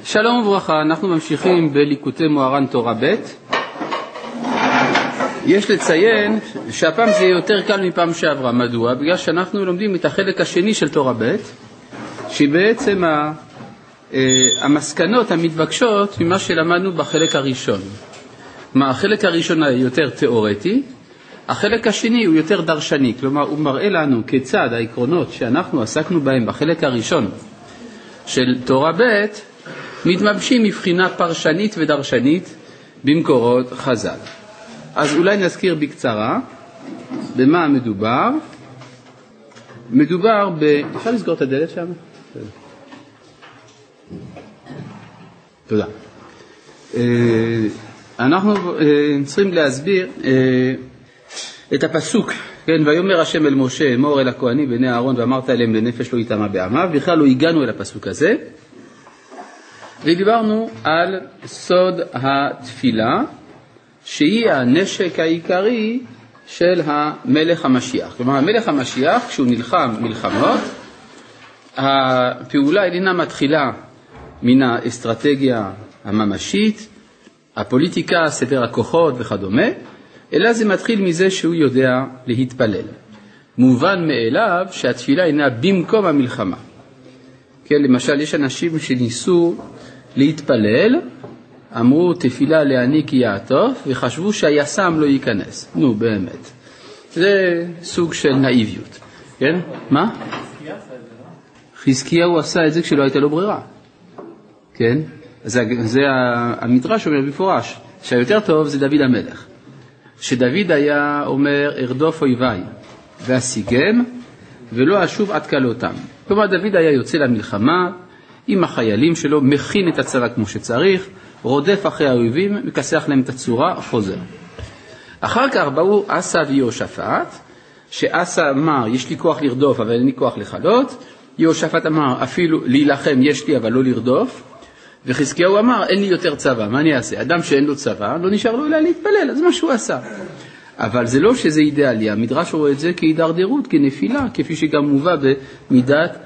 שלום וברכה, אנחנו ממשיכים בליקוטי מוהר"ן תורה ב'. יש לציין שהפעם זה יותר קל מפעם שעברה. מדוע? בגלל שאנחנו לומדים את החלק השני של תורה ב', שבעצם המסקנות המתבקשות ממה שלמדנו בחלק הראשון. החלק הראשון הוא יותר תיאורטי, החלק השני הוא יותר דרשני, כלומר הוא מראה לנו כיצד העקרונות שאנחנו עסקנו בהם בחלק הראשון של תורה ב' מתממשים מבחינה פרשנית ודרשנית במקורות חז"ל. אז אולי נזכיר בקצרה במה מדובר. מדובר אפשר לסגור את הדלת שם? תודה. אנחנו צריכים להסביר את הפסוק, כן, ויאמר השם אל משה אמור אל הכהנים בני אהרון ואמרת אליהם לנפש לא יטמא בעמיו. בכלל לא הגענו אל הפסוק הזה, ודיברנו על סוד התפילה שהיא הנשק העיקרי של המלך המשיח. כלומר המלך המשיח כשהוא נלחם מלחמות, הפעולה איננה מתחילה מן האסטרטגיה הממשית, הפוליטיקה, סדר הכוחות וכדומה, אלא זה מתחיל מזה שהוא יודע להתפלל. מובן מאליו שהתפילה אינה במקום המלחמה. כן, למשל יש אנשים שניסו להתפלל, אמרו תפילה לעני כי יעטוף, וחשבו שהיסם לא ייכנס. נו באמת, זה סוג של נאיביות. כן? מה? חזקיהו עשה את זה כשלא הייתה לו ברירה. כן? זה המדרש אומר בפורש שהיותר טוב זה דוד המלך, שדוד היה אומר ארדוף אויביי ואשיגם ולא אשוב עד כלותם. כלומר דוד היה יוצא למלחמה עם החיילים שלו, מכין את הצבא כמו שצריך, רודף אחרי האויבים, מכסח להם את הצורה, חוזר. אחר כך באו אסא ויהושפט, שאסא אמר יש לי כוח לרדוף אבל אין לי כוח לחלות, יהושפט אמר אפילו להילחם יש לי אבל לא לרדוף, וחזקיהו אמר אין לי יותר צבא, מה אני אעשה? אדם שאין לו צבא לא נשאר לו אלא להתפלל, אז מה שהוא עשה. אבל זה לא שזה אידיאלי, המדרש רואה את זה כהידרדרות, כנפילה, כפי שגם מובא במידת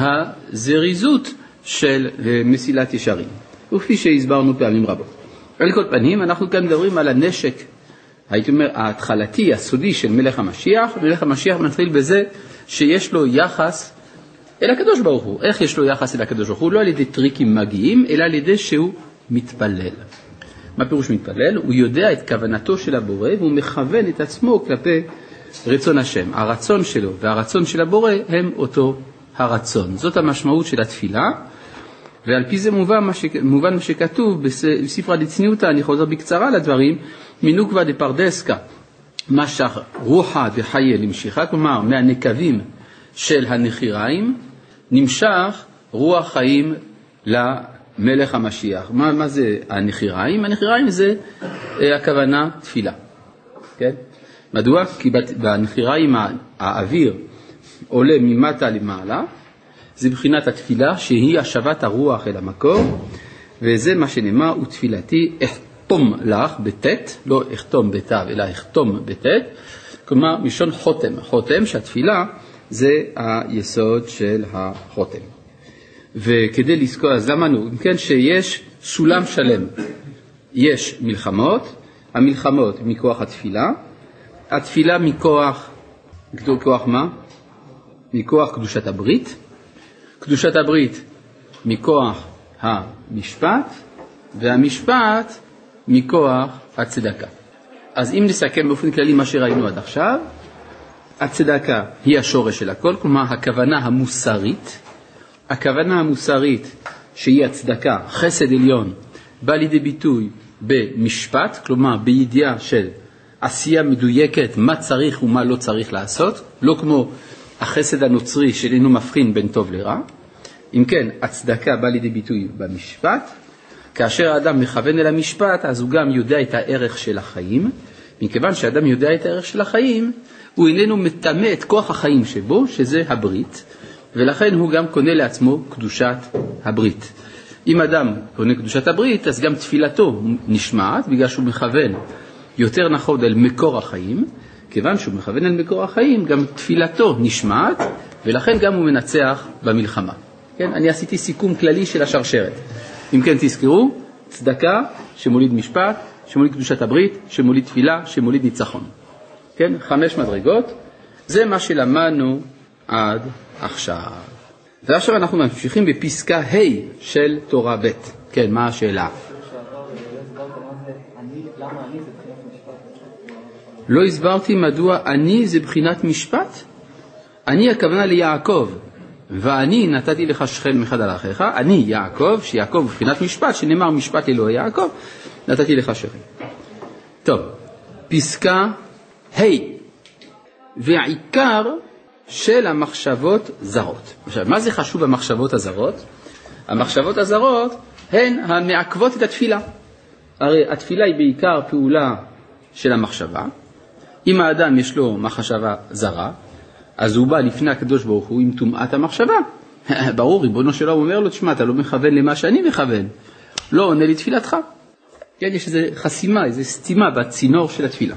הזריזות של מסילת ישרים, וכפי שהסברנו פעמים רבות. על כל פנים אנחנו כאן מדברים על הנשק, הייתי אומר ההתחלתי, הסודי של מלך המשיח. מלך המשיח מתחיל בזה שיש לו יחס אל הקדוש ברוך הוא. איך יש לו יחס אל הקדוש ברוך הוא? לא על ידי טריקים מגיעים, אלא על ידי שהוא מתפלל. מה פירוש מתפלל? הוא יודע את כוונתו של הבורא והוא מכוון את עצמו כלפי רצון השם. הרצון שלו והרצון של הבורא הם אותו הרצון. זאת המשמעות של התפילה, ועל פי זה מובן מה שכתוב בספרא דצניותא. אני חוזר בקצרה לדברים. מנוקבה דפרדסקה משך רוחה דחיה למשיכה, כלומר מהנקבים של הנחיריים נמשך רוח חיים למלך המשיח. מה זה הנחיריים? הנחיריים זה הכוונה תפילה. כן? מדוע? כי בנחיריים האוויר עולה ממטה למעלה, זה בחינת התפילה שהיא השבת הרוח אל המקור, וזה מה שנאמר ותפילתי אחתום לך בתת, לא אחתום בתו אלא אחתום בתת, כלומר משון חותם. חותם שהתפילה זה היסוד של החותם. וכדי לזכור, אז למדנו, כן, שיש סולם שלם. יש מלחמות, המלחמות מכוח התפילה, התפילה מכוח מה? מכוח קדושת הברית, קדושת הברית מכוח המשפט, והמשפט מכוח הצדקה. אז אם נסכם באופן כללי מה שראינו עד עכשיו, הצדקה היא השורש של הכל, כלומר הכוונה המוסרית, הכוונה המוסרית שהיא הצדקה, חסד עליון, בא לידי ביטוי במשפט, כלומר בידיעה של עשייה מדויקת מה צריך ומה לא צריך לעשות, לא כמו החסד הנוצרי שאינו מבחין בין טוב לרע. אם כן, הצדקה בא לידי ביטוי במשפט, כאשר האדם מכוון אל המשפט אז הוא גם יודע את הערך של החיים, מכיוון שאדם יודע את הערך של החיים, הוא איננו מטמא את כוח החיים שבו, שזה הברית, ולכן הוא גם קונה לעצמו קדושת הברית. אם אדם קונה קדושת הברית, אז גם תפילתו נשמעת, בגלל שהוא מכוון יותר נכון אל מקור החיים, כיוון שהוא מכוון אל מקור החיים, גם תפילתו נשמעת, ולכן גם הוא מנצח במלחמה. כן? אני עשיתי סיכום כללי של השרשרת. אם כן תזכרו, צדקה שמוליד משפט, שמוליד קדושת הברית, שמוליד תפילה, שמוליד ניצחון. כן? 5 מדרגות, זה מה שלמדנו עד עכשיו. ועכשיו אנחנו ממשיכים בפסקה ה' של תורה ב'. כן, מה השאלה? לא הסברתי מדוע אני זה בחינת משפט? אני הכוונה ליעקב, ואני נתתי לך שכן מחד על אחיך, אני יעקב, שיעקב בבחינת משפט, שנאמר משפט אלוהי יעקב, נתתי לך שכן. טוב, פסקה ה' והעיקר של המחשבות זרות. עכשיו, מה זה חשוב המחשבות הזרות? המחשבות הזרות הן המעכבות את התפילה. הרי התפילה היא בעיקר פעולה של המחשבה. אם האדם יש לו מחשבה זרה, אז הוא בא לפני הקדוש ברוך הוא עם טומאת המחשבה. ברור, ריבונו שלו אומר לו, תשמע, אתה לא מכוון למה שאני מכוון. לא עונה לתפילתך. כן, יש איזו חסימה, איזו סתימה בצינור של התפילה.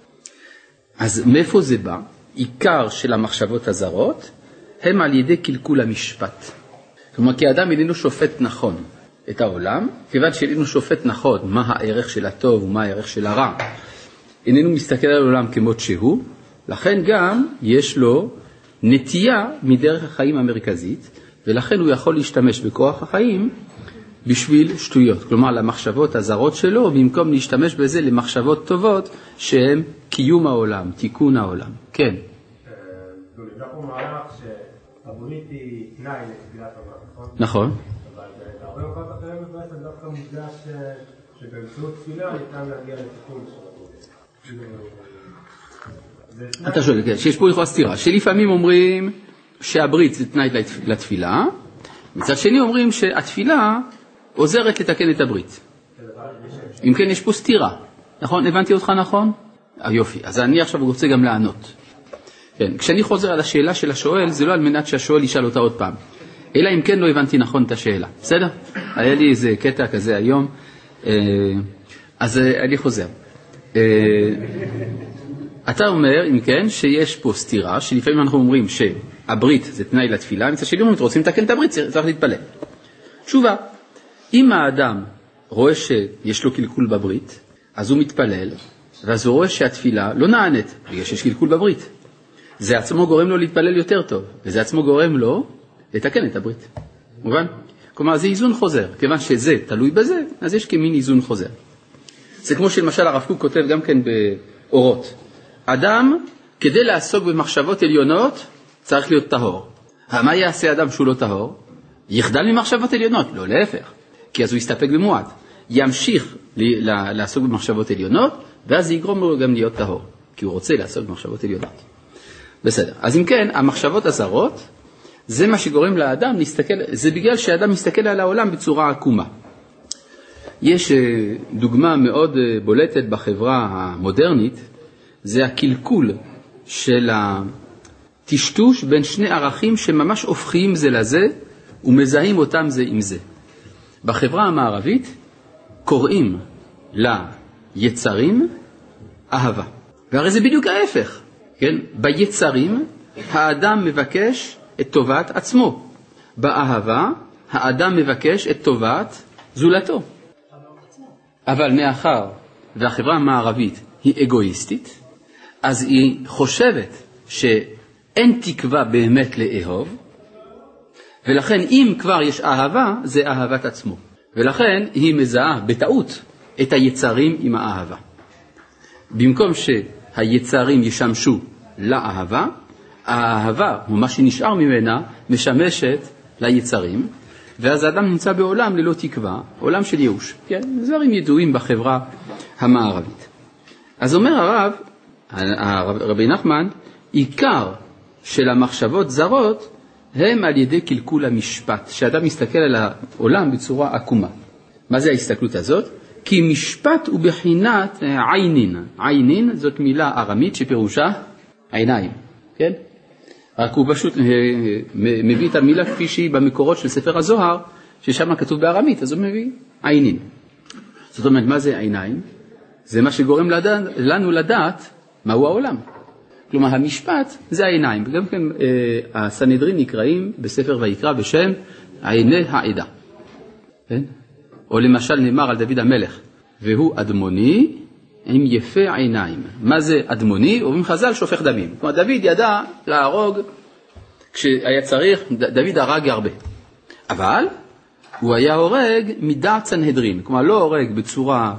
אז מאיפה זה בא? עיקר של המחשבות הזרות הם על ידי קלקול המשפט. כלומר, כי האדם איננו שופט נכון את העולם, כיוון שאיננו שופט נכון מה הערך של הטוב ומה הערך של הרע, איננו מסתכל על העולם כמות שהוא, לכן גם יש לו נטייה מדרך החיים המרכזית, ולכן הוא יכול להשתמש בכוח החיים בשביל שטויות. כלומר, למחשבות הזרות שלו, במקום להשתמש בזה למחשבות טובות, שהן קיום העולם, תיקון העולם. כן. נדע פה מהלך שהברית היא תנאי לתפילת העולם, נכון? נכון. אבל בהרבה מקומות אחרים בעצם דווקא מודגש שבאמצעות תפילה ניתן להגיע לתיקון של הברית. אתה שואל, שיש פה לכאורה סתירה, שלפעמים אומרים שהברית זה תנאי לתפילה, מצד שני אומרים שהתפילה עוזרת לתקן את הברית. אם כן, יש פה סתירה. נכון? הבנתי אותך נכון? יופי. אז אני עכשיו רוצה גם לענות. כן, כשאני חוזר על השאלה של השואל, זה לא על מנת שהשואל ישאל אותה עוד פעם. אלא אם כן לא הבנתי נכון את השאלה. בסדר? היה לי איזה קטע כזה היום. אז אני חוזר. אתה אומר, אם כן, שיש פה סתירה, שלפעמים אנחנו אומרים שהברית זה תנאי לתפילה, מצד שני אומרים, רוצים לתקן את הברית, צריך להתפלל. תשובה, אם האדם רואה שיש לו קלקול בברית, אז הוא מתפלל, ואז הוא רואה שהתפילה לא נענית, בגלל שיש קלקול בברית. זה עצמו גורם לו להתפלל יותר טוב, וזה עצמו גורם לו לתקן את הברית. מובן? כלומר, זה איזון חוזר. כיוון שזה תלוי בזה, אז יש כמין איזון חוזר. זה כמו שלמשל הרב קוק כותב גם כן באורות. אדם, כדי לעסוק במחשבות עליונות, צריך להיות טהור. מה יעשה אדם שהוא לא טהור? יחדל ממחשבות עליונות, לא להפך. כי אז הוא יסתפק במועט. ימשיך לעסוק במחשבות עליונות, ואז זה יגרום לו גם להיות טהור. כי הוא רוצה לעסוק במחשבות עליונות. בסדר. אז אם כן, המחשבות הזרות, זה מה שגורם לאדם להסתכל, זה בגלל שהאדם מסתכל על העולם בצורה עקומה. יש דוגמה מאוד בולטת בחברה המודרנית, זה הקלקול של הטשטוש בין שני ערכים שממש הופכים זה לזה ומזהים אותם זה עם זה. בחברה המערבית קוראים ליצרים אהבה. והרי זה בדיוק ההפך. כן? ביצרים האדם מבקש את טובת עצמו. באהבה האדם מבקש את טובת זולתו. אבל מאחר והחברה המערבית היא אגואיסטית, אז היא חושבת שאין תקווה באמת לאהוב, ולכן אם כבר יש אהבה, זה אהבת עצמו. ולכן היא מזהה בטעות את היצרים עם האהבה. במקום שהיצרים ישמשו לאהבה, האהבה, ומה שנשאר ממנה, משמשת ליצרים, ואז האדם נמצא בעולם ללא תקווה, עולם של ייאוש. כן? דברים ידועים בחברה המערבית. אז אומר רבי נחמן, עיקר של המחשבות זרות הם על ידי קלקול המשפט, שאדם מסתכל על העולם בצורה עקומה. מה זה ההסתכלות הזאת? כי משפט הוא בחינת עינין. עינין זאת מילה ארמית שפירושה עיניים. כן? רק הוא פשוט מביא את המילה כפי שהיא במקורות של ספר הזוהר, ששם כתוב בארמית, אז הוא מביא עינין. זאת אומרת, מה זה עיניים? זה מה שגורם לנו לדעת מהו העולם. כלומר, המשפט זה העיניים. וגם כן הסנהדרין נקראים בספר ויקרא בשם עיני העדה. כן? או למשל נאמר על דוד המלך, והוא אדמוני עם יפה עיניים. מה זה אדמוני? אומרים חז"ל שופך דמים. כלומר, דוד ידע להרוג כשהיה צריך, דוד הרג הרבה. אבל הוא היה הורג מדעת סנהדרין, כלומר לא הורג בצורה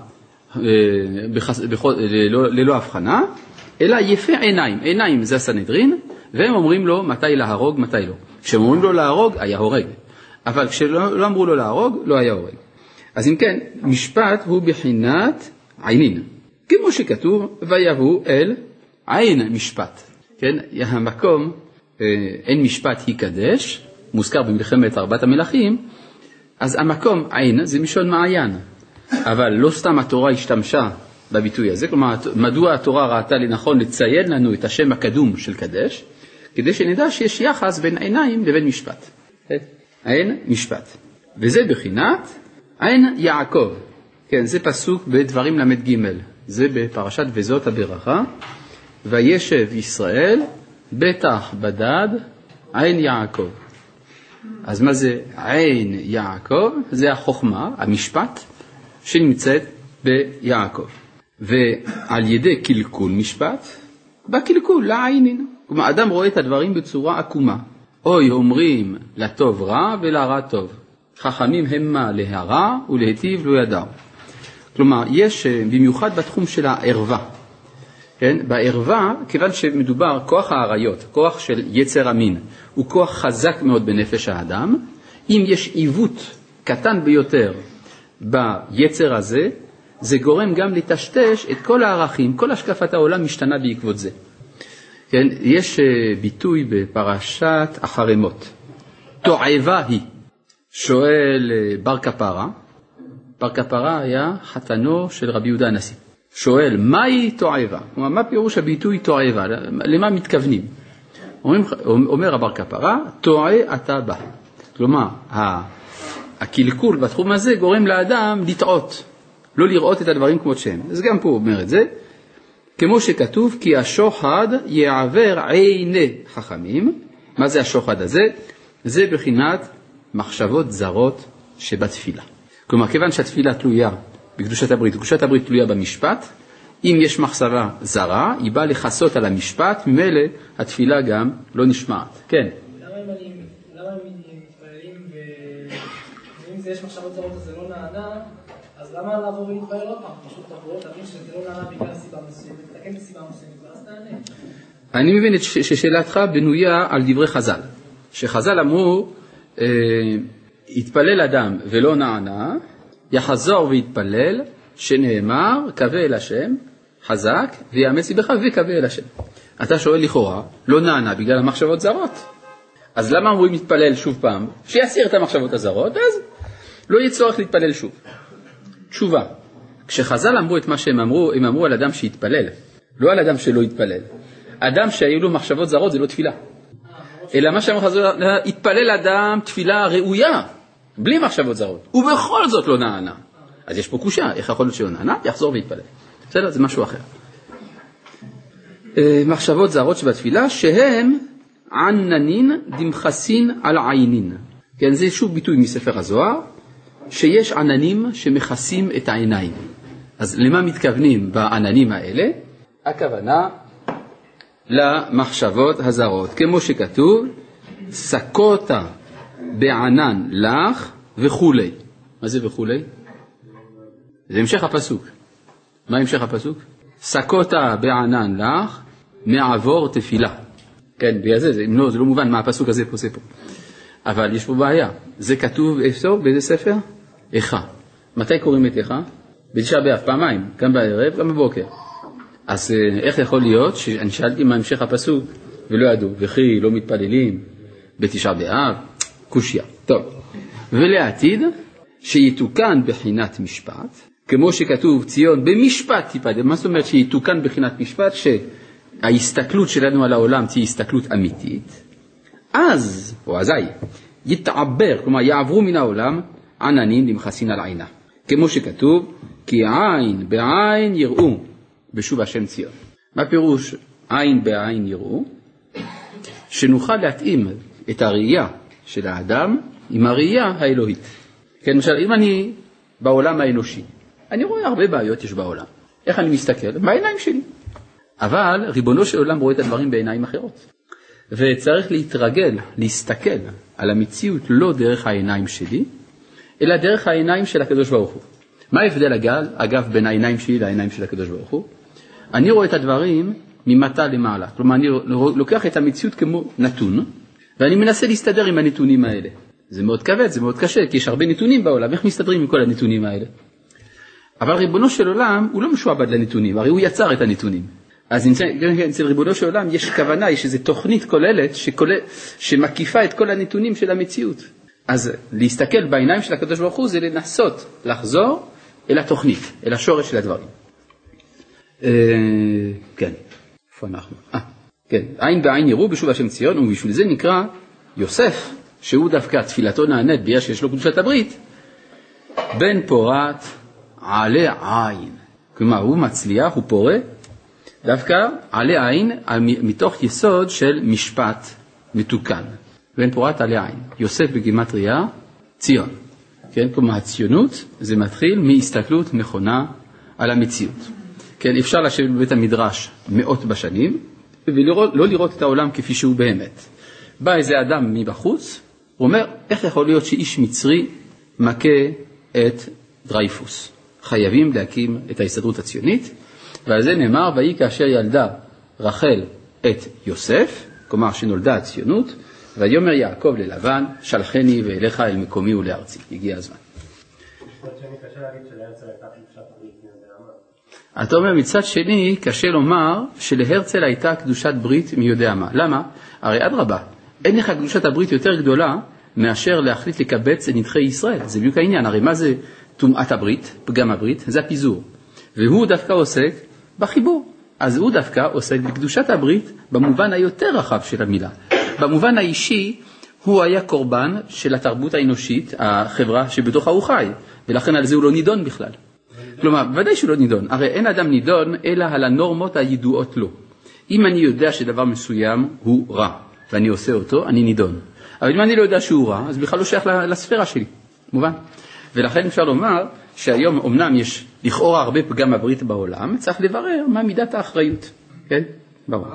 ללא הבחנה, אלא יפה עיניים. עיניים זה הסנהדרין, והם אומרים לו מתי להרוג, מתי לא. כשהם אומרים לו להרוג, היה הורג. אבל כשלא אמרו לו להרוג, לא היה הורג. אז אם כן, משפט הוא בחינת עינין. כמו שכתוב, ויבוא אל עין משפט. כן, המקום, אין משפט יקדש, מוזכר במלחמת ארבעת המלכים, אז המקום עין זה משון מעיין. אבל לא סתם התורה השתמשה בביטוי הזה, כלומר, מדוע התורה ראתה לנכון לציין לנו את השם הקדום של קדש, כדי שנדע שיש יחס בין עיניים לבין משפט. עין משפט. וזה בחינת עין יעקב. כן, זה פסוק בדברים למד ג', זה בפרשת וזאת הברכה, וישב ישראל בטח בדד עין יעקב. אז מה זה עין יעקב? זה החוכמה, המשפט, שנמצאת ביעקב. ועל ידי קלקול משפט, בקלקול לעינין. כלומר, אדם רואה את הדברים בצורה עקומה. אוי, אומרים לטוב רע ולרע טוב. חכמים המה להרע ולהיטיב לא ידעו. כלומר, יש במיוחד בתחום של הערווה. כן? בערווה, כיוון שמדובר, כוח העריות, כוח של יצר המין, הוא כוח חזק מאוד בנפש האדם. אם יש עיוות קטן ביותר ביצר הזה, זה גורם גם לטשטש את כל הערכים, כל השקפת העולם משתנה בעקבות זה. כן? יש ביטוי בפרשת החרמות. תועבה היא. שואל בר כפרה, בר כפרה היה חתנו של רבי יהודה הנשיא. שואל, מהי תועבה? כלומר, מה פירוש הביטוי תועבה? למה מתכוונים? אומר הבר כפרה, תועה אתה בה. כלומר, הקלקול בתחום הזה גורם לאדם לטעות, לא לראות את הדברים כמו שהם. אז גם פה אומר את זה, כמו שכתוב, כי השוחד יעבר עיני חכמים. מה זה השוחד הזה? זה בחינת מחשבות זרות שבתפילה. כלומר, כיוון שהתפילה תלויה בקדושת הברית, וקדושת הברית תלויה במשפט, אם יש מחשבה זרה, היא באה לחסות על המשפט, ממילא התפילה גם לא נשמעת. כן. למה הם מתפעלים, ואם זה יש מחשבות זרות אז זה לא נענה, אז למה לעבור ולהתפעל עוד פעם? פשוט תבוא, תבין שזה לא נענה בגלל סיבה מסוימת, תתקן בסיבה מסוימת, ואז תענה. אני מבין ששאלתך בנויה על דברי חז"ל. שחז"ל אמרו, התפלל אדם ולא נענה, יחזור ויתפלל, שנאמר, קווה אל השם, חזק, ויאמץ ליבך וקווה אל השם. אתה שואל לכאורה, לא נענה בגלל המחשבות זרות. אז למה אמרו מתפלל שוב פעם? שיסיר את המחשבות הזרות, אז לא יהיה צורך להתפלל שוב. תשובה, כשחז"ל אמרו את מה שהם אמרו, הם אמרו על אדם שהתפלל, לא על אדם שלא התפלל. אדם שהיו לו מחשבות זרות זה לא תפילה. אלא מה שאמרו חז"ל, התפלל אדם תפילה ראויה, בלי מחשבות זרות, ובכל זאת לא נענה. אז יש פה קושיה, איך יכול להיות שלא נענה? יחזור ויתפלל. בסדר? זה משהו אחר. מחשבות זרות שבתפילה, שהם עננין דמחסין על עינין. כן, זה שוב ביטוי מספר הזוהר, שיש עננים שמכסים את העיניים. אז למה מתכוונים בעננים האלה? הכוונה למחשבות הזרות. כמו שכתוב, סקותה בענן לך וכולי. מה זה וכולי? זה המשך הפסוק. מה המשך הפסוק? סקותה בענן לך מעבור תפילה. כן, בגלל זה לא מובן מה הפסוק הזה עושה פה. אבל יש פה בעיה. זה כתוב איפה? באיזה ספר? איכה. מתי קוראים את איכה? בתשעה באב, פעמיים, גם בערב, גם בבוקר. אז איך יכול להיות שאני שאלתי מה המשך הפסוק ולא ידעו, וכי לא מתפללים בתשעה באב? קושיה. טוב. ולעתיד שיתוקן בחינת משפט, כמו שכתוב ציון במשפט תיפדה. מה זאת אומרת שיתוקן בחינת משפט? שההסתכלות שלנו על העולם תהיה הסתכלות אמיתית. אז, או אזי, יתעבר, כלומר יעברו מן העולם עננים למחסין על עינה. כמו שכתוב, כי עין בעין יראו בשוב השם ציון. מה פירוש עין בעין יראו? שנוכל להתאים את הראייה של האדם עם הראייה האלוהית. כן, למשל, אם אני בעולם האנושי. אני רואה הרבה בעיות יש בעולם. איך אני מסתכל? בעיניים שלי. אבל ריבונו של עולם רואה את הדברים בעיניים אחרות. וצריך להתרגל, להסתכל על המציאות לא דרך העיניים שלי, אלא דרך העיניים של הקדוש ברוך הוא. מה ההבדל אגב בין העיניים שלי לעיניים של הקדוש ברוך הוא? אני רואה את הדברים ממטה למעלה. כלומר, אני לוקח את המציאות כמו נתון, ואני מנסה להסתדר עם הנתונים האלה. זה מאוד כבד, זה מאוד קשה, כי יש הרבה נתונים בעולם. איך מסתדרים עם כל הנתונים האלה? אבל ריבונו של עולם הוא לא משועבד לנתונים, הרי הוא יצר את הנתונים. אז אצל ריבונו של עולם יש כוונה, יש איזו תוכנית כוללת שמקיפה את כל הנתונים של המציאות. אז להסתכל בעיניים של הקדוש ברוך הוא זה לנסות לחזור אל התוכנית, אל השורש של הדברים. כן, איפה אנחנו? כן, עין בעין יראו בשוב השם ציון, ובשביל זה נקרא יוסף, שהוא דווקא תפילתו נענית בגלל שיש לו קדושת הברית, בן פורת עלי עין. כלומר, הוא מצליח, הוא פורה, דווקא עלי עין מתוך יסוד של משפט מתוקן. בן פורת עלי עין. יוסף בגימטריה, ציון. כן, כלומר, הציונות זה מתחיל מהסתכלות נכונה על המציאות. כן, אפשר לשבת בבית המדרש מאות בשנים, ולא לראות את העולם כפי שהוא באמת. בא איזה אדם מבחוץ, הוא אומר, איך יכול להיות שאיש מצרי מכה את דרייפוס? חייבים להקים את ההסתדרות הציונית, ועל זה נאמר, ויהי כאשר ילדה רחל את יוסף, כלומר שנולדה הציונות, ויאמר יעקב ללבן, שלחני ואליך אל מקומי ולארצי. הגיע הזמן. אתה אומר, מצד שני, קשה לומר שלהרצל הייתה קדושת ברית מי יודע מה. למה? הרי אדרבה, אין לך קדושת הברית יותר גדולה מאשר להחליט לקבץ את נדחי ישראל. זה בדיוק העניין. הרי מה זה טומאת הברית, פגם הברית? זה הפיזור. והוא דווקא עוסק בחיבור. אז הוא דווקא עוסק בקדושת הברית במובן היותר רחב של המילה. במובן האישי, הוא היה קורבן של התרבות האנושית, החברה שבתוכה הוא חי, ולכן על זה הוא לא נידון בכלל. כלומר, ודאי שהוא לא נידון. הרי אין אדם נידון אלא על הנורמות הידועות לו. אם אני יודע שדבר מסוים הוא רע, ואני עושה אותו, אני נידון. אבל אם אני לא יודע שהוא רע, אז בכלל לא שייך לספירה שלי. מובן? ולכן אפשר לומר שהיום אמנם יש לכאורה הרבה פגם הברית בעולם, צריך לברר מה מידת האחריות. כן? ברור.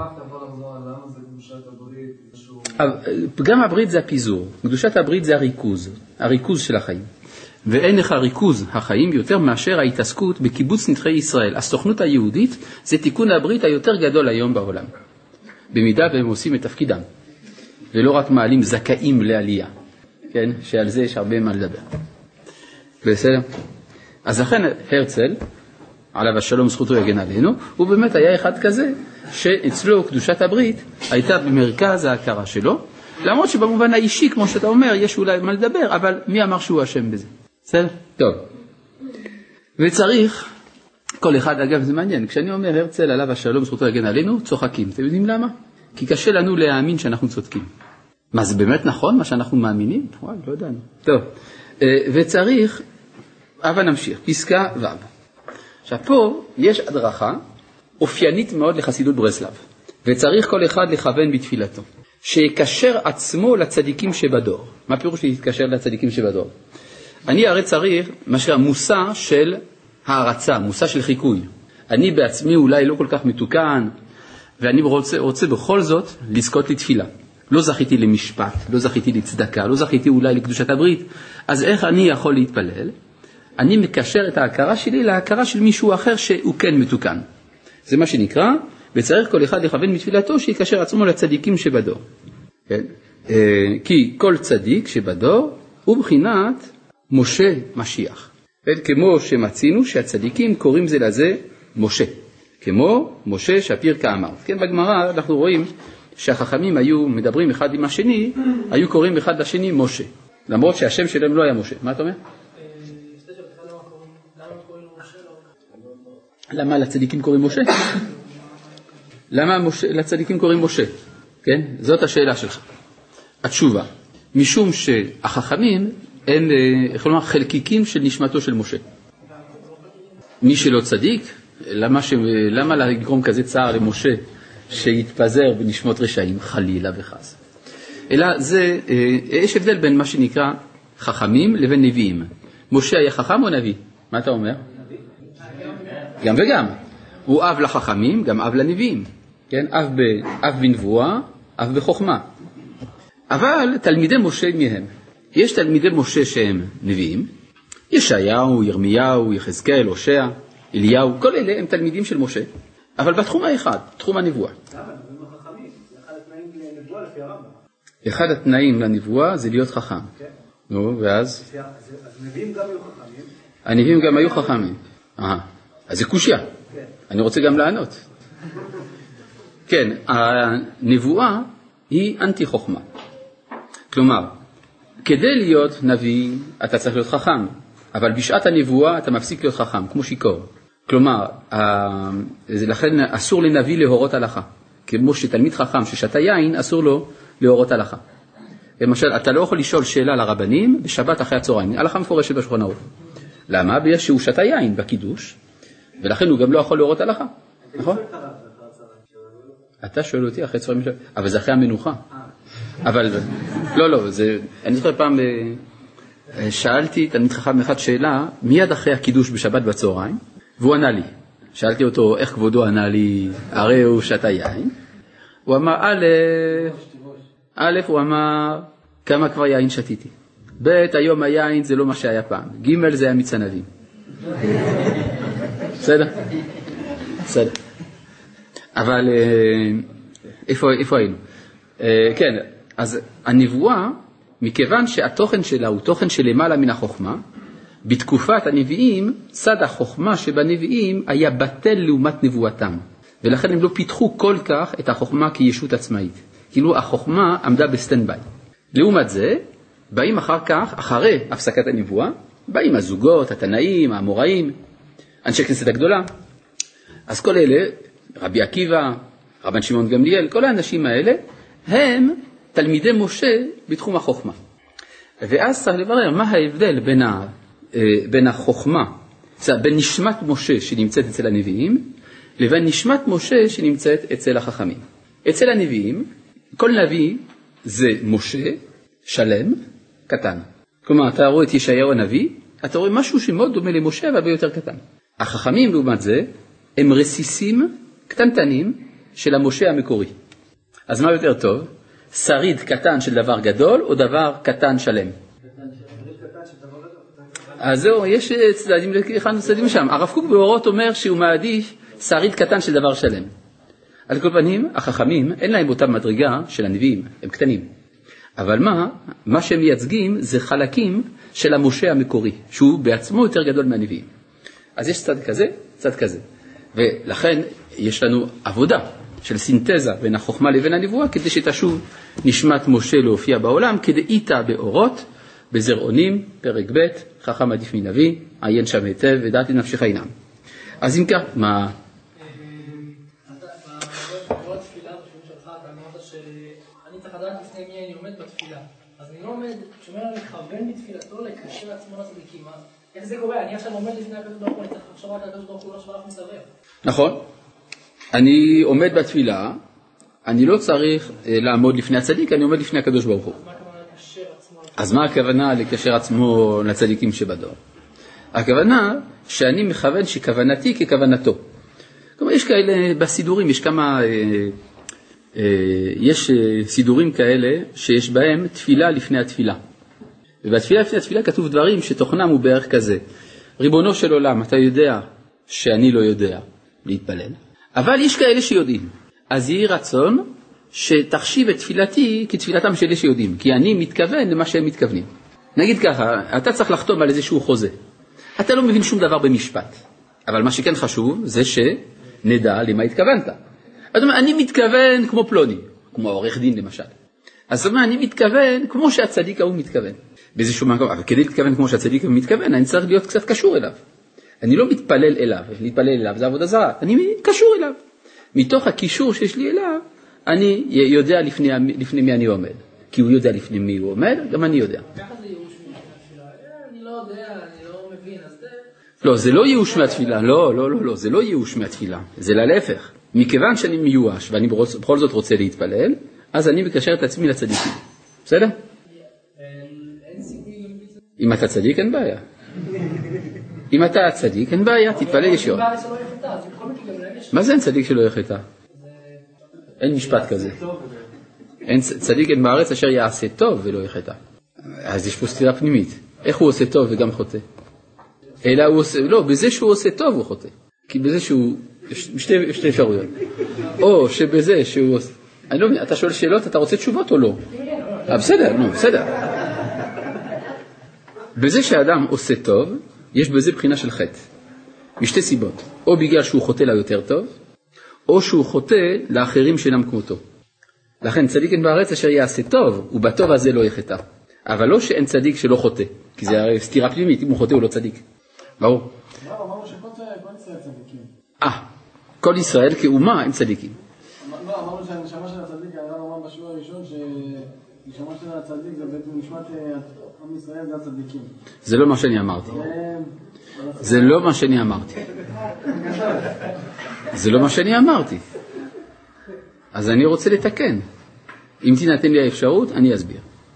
פגם הברית זה הפיזור, קדושת הברית זה הריכוז של החיים. ואין לך ריכוז החיים יותר מאשר ההתעסקות בקיבוץ נדחי ישראל. הסוכנות היהודית זה תיקון הברית היותר גדול היום בעולם. במידה והם עושים את תפקידם. ולא רק מעלים זכאים לעלייה. כן? שעל זה יש הרבה מה לדבר. בסדר? אז לכן הרצל, עליו השלום זכותו יגן עלינו, הוא באמת היה אחד כזה, שאצלו קדושת הברית הייתה במרכז ההכרה שלו, למרות שבמובן האישי, כמו שאתה אומר, יש אולי מה לדבר, אבל מי אמר שהוא אשם בזה? בסדר? טוב. וצריך, כל אחד, אגב זה מעניין, כשאני אומר הרצל עליו השלום זכותו יגן עלינו, צוחקים. אתם יודעים למה? כי קשה לנו להאמין שאנחנו צודקים. מה, זה באמת נכון מה שאנחנו מאמינים? וואי, לא יודענו. טוב. וצריך, אבל נמשיך, פסקה ו'. עכשיו פה יש הדרכה אופיינית מאוד לחסידות ברסלב, וצריך כל אחד לכוון בתפילתו, שיקשר עצמו לצדיקים שבדור. מה פירוש להתקשר לצדיקים שבדור? אני הרי צריך משהו מושא של הערצה, מושא של חיקוי. אני בעצמי אולי לא כל כך מתוקן, ואני רוצה בכל זאת לזכות לתפילה. לא זכיתי למשפט, לא זכיתי לצדקה, לא זכיתי אולי לקדושת הברית, אז איך אני יכול להתפלל? אני מקשר את ההכרה שלי להכרה של מישהו אחר שהוא כן מתוקן. זה מה שנקרא, וצריך כל אחד לכוון בתפילתו שיקשר עצמו לצדיקים שבדור. כן? כי כל צדיק שבדור הוא בחינת משה משיח. כמו שמצינו שהצדיקים קוראים זה לזה משה. כמו משה שפיר כאמר. כן, בגמרא אנחנו רואים שהחכמים היו מדברים אחד עם השני, היו קוראים אחד לשני משה. למרות שהשם שלהם לא היה משה. מה אתה אומר? למה לצדיקים קוראים משה? למה לצדיקים קוראים משה? כן? זאת השאלה שלך. התשובה, משום שהחכמים הם, כלומר, חלקיקים של נשמתו של משה. מי שלא צדיק, למה לגרום כזה צער למשה שיתפזר בנשמות רשעים, חלילה וחס? אלא זה, יש הבדל בין מה שנקרא חכמים לבין נביאים. משה היה חכם או נביא? מה אתה אומר? גם וגם. הוא אב לחכמים, גם אב לנביאים. כן? אב בנבואה, אב בחוכמה. אבל תלמידי משה מהם. יש תלמידי משה שהם נביאים. ישעיהו, ירמיהו, יחזקאל, הושע, אליהו, כל אלה הם תלמידים של משה. אבל בתחום האחד, תחום הנבואה. אחד התנאים לנבואה זה להיות חכם. נו, ואז? אז נביאים גם היו חכמים. הנביאים גם היו חכמים. אז זה קושיה. אני רוצה גם לענות. כן, הנבואה היא אנטי חוכמה. כלומר, כדי להיות נביא אתה צריך להיות חכם, אבל בשעת הנבואה אתה מפסיק להיות חכם, כמו שיקור. כלומר, לכן אסור לנביא להורות הלכה. כמו שתלמיד חכם ששתה יין, אסור לו להורות הלכה. למשל, אתה לא יכול לשאול שאלה לרבנים בשבת אחרי הצהריים. הלכה מפורשת בשולחן ערוך. למה? בגלל שהוא שתה יין בקידוש, ולכן הוא גם לא יכול להורות הלכה. נכון? אתה שואל אותי אחרי הצהריים, אבל זה אחרי המנוחה. אבל, לא, אני זוכר פעם, שאלתי תלמיד חכם אחד שאלה, מיד אחרי הקידוש בשבת בצהריים, והוא ענה לי. שאלתי אותו, איך כבודו ענה לי, הרי הוא שתה יין. הוא אמר, א', הוא אמר, כמה כבר יין שתיתי. ב', היום היין זה לא מה שהיה פעם. ג', זה היה מיץ ענבים. בסדר? אבל, איפה היינו? כן, אז הנבואה, מכיוון שהתוכן שלה הוא תוכן שלמעלה מן החוכמה, בתקופת הנביאים, צד החוכמה שבנביאים היה בטל לעומת נבואתם. ולכן הם לא פיתחו כל כך את החוכמה כישות עצמאית. כאילו החוכמה עמדה בסטנדביי. לעומת זה, באים אחר כך, אחרי הפסקת הנבואה, באים הזוגות, התנאים, האמוראים, אנשי כנסת הגדולה. אז כל אלה, רבי עקיבא, רבן שמעון גמליאל, כל האנשים האלה, הם תלמידי משה בתחום החוכמה. ואז צריך לברר מה ההבדל בין החוכמה, בין נשמת משה שנמצאת אצל הנביאים, לבין נשמת משה שנמצאת אצל החכמים. אצל הנביאים, כל נביא זה משה, שלם, קטן. כלומר, אתה רואה את ישעיהו הנביא, אתה רואה משהו שמאוד דומה למשה, אבל ביותר קטן. החכמים, לעומת זה, הם רסיסים קטנטנים של המשה המקורי. אז מה יותר טוב? שריד קטן של דבר גדול, או דבר קטן שלם? אז זהו, יש צדדים שם. הרב קוק באורות אומר שהוא מעדיף שריד קטן של דבר שלם. על כל פנים, החכמים, אין להם אותה מדרגה של הנביאים, הם קטנים. אבל מה שהם מייצגים זה חלקים של המשה המקורי, שהוא בעצמו יותר גדול מהנביאים. אז יש צד כזה, צד כזה. ולכן יש לנו עבודה של סינתזה בין החוכמה לבין הנבואה, כדי שתשוב נשמת משה להופיע בעולם, כדאיתה באורות, בזרעונים, פרק ב', חכם עדיף מנביא, עיין שם היטב, ודעת לנפשך אינם. אז אם כך, מה? אני צריך לדעת לפני מי אני עומד בתפילה. אז אני לא עומד, כשאומר אני מכוון בתפילתו לקשר עצמו לצדיקים. איך זה קורה? אני עכשיו עומד לפני הקדוש ברוך הוא, אני צריך לחשוב רק על הקדוש ברוך הוא, לא שולח מסביב. נכון. אני עומד בתפילה, אני לא צריך לעמוד לפני הצדיק, אני עומד לפני הקדוש ברוך הוא. אז מה הכוונה לקשר עצמו לצדיקים שבדור? הכוונה שאני מכוון שכוונתי ככוונתו. כלומר, יש כאלה בסידורים, יש כמה... יש סידורים כאלה שיש בהם תפילה לפני התפילה. ובתפילה לפני התפילה כתוב דברים שתוכנם הוא בערך כזה. ריבונו של עולם, אתה יודע שאני לא יודע להתפלל. אבל יש כאלה שיודעים. אז יהי רצון שתחשיב את תפילתי כתפילתם של אלה שיודעים. כי אני מתכוון למה שהם מתכוונים. נגיד ככה, אתה צריך לחתום על איזשהו חוזה. אתה לא מבין שום דבר במשפט. אבל מה שכן חשוב זה שנדע למה התכוונת. זאת אומרת, אני מתכוון כמו פלוני, כמו העורך דין למשל. אז זאת אומרת, אני מתכוון כמו שהצדיק ההוא מתכוון. באיזשהו מקום, אבל כדי להתכוון כמו שהצדיק ההוא מתכוון, אני צריך להיות קצת קשור אליו. אני לא מתפלל אליו, להתפלל אליו זה עבודה זרה, אני קשור אליו. מתוך הקישור שיש לי אליו, אני יודע לפני מי אני עומד. כי הוא יודע לפני מי הוא עומד, גם אני יודע. ככה זה ייאוש מהתפילה. אני לא יודע, אני לא מבין, אז זה... לא, זה לא ייאוש מהתפילה, לא, זה לא ייאוש מהתפילה, זה להפך. מכיוון שאני מיואש ואני בכל זאת רוצה להתפלל, אז אני מקשר את עצמי לצדיקים. בסדר? אין סיכוי גם בזה. אם אתה צדיק אין בעיה. אם אתה צדיק, אין בעיה, תתפלל ישירות. מה זה אין צדיק שלא יחטא? אין משפט כזה. אין צדיק אין בארץ אשר יעשה טוב ולא יחטא. אז יש פה סתירה פנימית. איך הוא עושה טוב וגם חוטא? אלא הוא עושה, לא, בזה שהוא עושה טוב הוא חוטא. כי בזה שהוא, שתי אפשרויות. או שבזה שהוא עושה, אני לא מבין, אתה שואל שאלות, אתה רוצה תשובות או לא? בסדר, נו, בסדר. בזה שהאדם עושה טוב, יש בזה בחינה של חטא. משתי סיבות. או בגלל שהוא חוטא לה יותר טוב, או שהוא חוטא לאחרים שאינם כמותו. לכן צדיק אין בארץ אשר יעשה טוב, ובטוב הזה לא יחטא. אבל לא שאין צדיק שלא חוטא, כי זה הרי סתירה פנימית, אם הוא חוטא הוא לא צדיק. ברור? לא, אמרנו שכל ישראל צדיקים. כל ישראל כאומה הם צדיקים. לא, אמרנו שהנשמה של הצדיק, הרב אמר בשיעור הראשון שהנשמה של הצדיק זה בעצם נשמת עם ישראל זה הצדיקים. זה לא מה שאני אמרתי. זה לא מה שאני אמרתי. זה לא מה שאני אמרתי. אז אני רוצה לתקן. אם תינתן לי האפשרות, אני אסביר.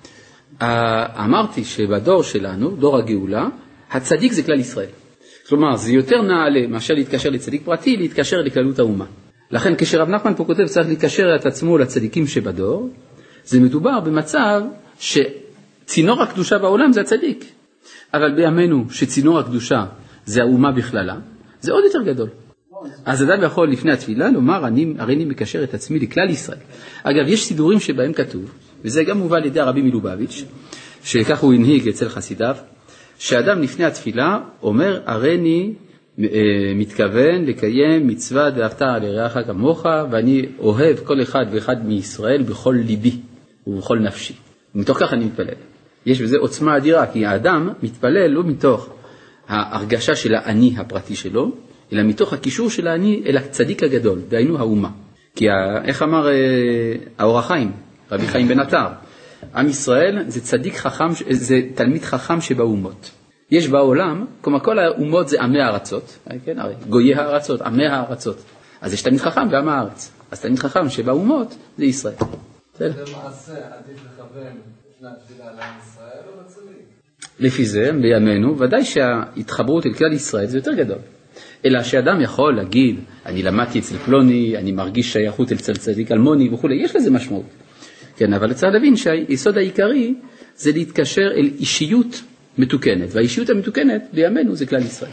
אמרתי שבדור שלנו, דור הגאולה, הצדיק זה כלל ישראל. כלומר, זה יותר נעלה מאשר להתקשר לצדיק פרטי, להתקשר לכללות האומה. לכן כשרב נחמן פה כותב צריך להתקשר את עצמו לצדיקים שבדור, זה מדובר במצב שצינור הקדושה בעולם זה הצדיק. אבל בימינו שצינור הקדושה זה האומה בכללה, זה עוד יותר גדול. אז אדם יכול לפני התפילה לומר, הרי אני מקשר את עצמי לכלל ישראל. אגב, יש סידורים שבהם כתוב, וזה גם מובא על ידי הרבי מלובביץ', שכך הוא הנהיג אצל חסידיו, שאדם לפני התפילה אומר, הרי אני מתכוון לקיים מצוות ואהבת לרעך כמוך, ואני אוהב כל אחד ואחד מישראל בכל ליבי ובכל נפשי. ומתוך כך אני מתפלל. יש בזה עוצמה אדירה, כי האדם מתפלל לא מתוך ההרגשה של האני הפרטי שלו, אלא מתוך הקישור של האני אל הצדיק הגדול, דהיינו האומה. כי איך אמר האור החיים, רבי חיים בן עטר, עם ישראל זה צדיק חכם, זה תלמיד חכם שבאומות. יש בעולם, כלומר כל האומות זה עמי הארצות, כן, הרי, גויי הארצות, עמי הארצות. אז יש תלמיד חכם בעם הארץ. אז תלמיד חכם שבאומות זה ישראל. זה מעשה עדיף לכוון לפני התפילה לעם ישראל או לצדיק? לפי זה, בימינו, ודאי שההתחברות אל כלל ישראל זה יותר גדול. אלא שאדם יכול להגיד, אני למדתי אצל פלוני, אני מרגיש שייכות אצל צדיק אלמוני וכו', יש לזה משמעות. כן, אבל צריך להבין שהיסוד העיקרי זה להתקשר אל אישיות מתוקנת, והאישיות המתוקנת בימינו זה כלל ישראל.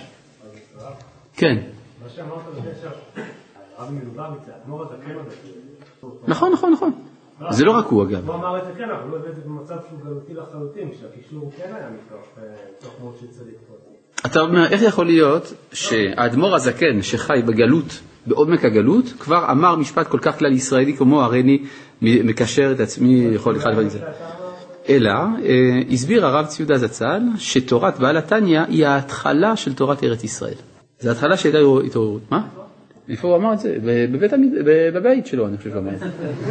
כן. מה שאמרת בקשר, הרב מלובביץ', האדמו"ר הזקן הזה. נכון. זה לא רק הוא אגב. הוא אמר את זה כן, אבל לא הביא את זה במצב שהוא גלותי לחלוטין, שהקישור כן היה מתוך מאוד של צדיק פרטי. אתה אומר, איך יכול להיות שהאדמו"ר הזקן שחי בגלות, בעומק הגלות, כבר אמר משפט כל כך כלל ישראלי כמו הרי אני מקשר את עצמי לכל אחד וזה. אלא הסביר הרב ציודה זצ"ל שתורת בעל התניא היא ההתחלה של תורת ארץ ישראל. זה ההתחלה שהייתה התעוררות. מה? איפה הוא אמר את זה? בבית שלו אני חושב שהוא אמר את זה.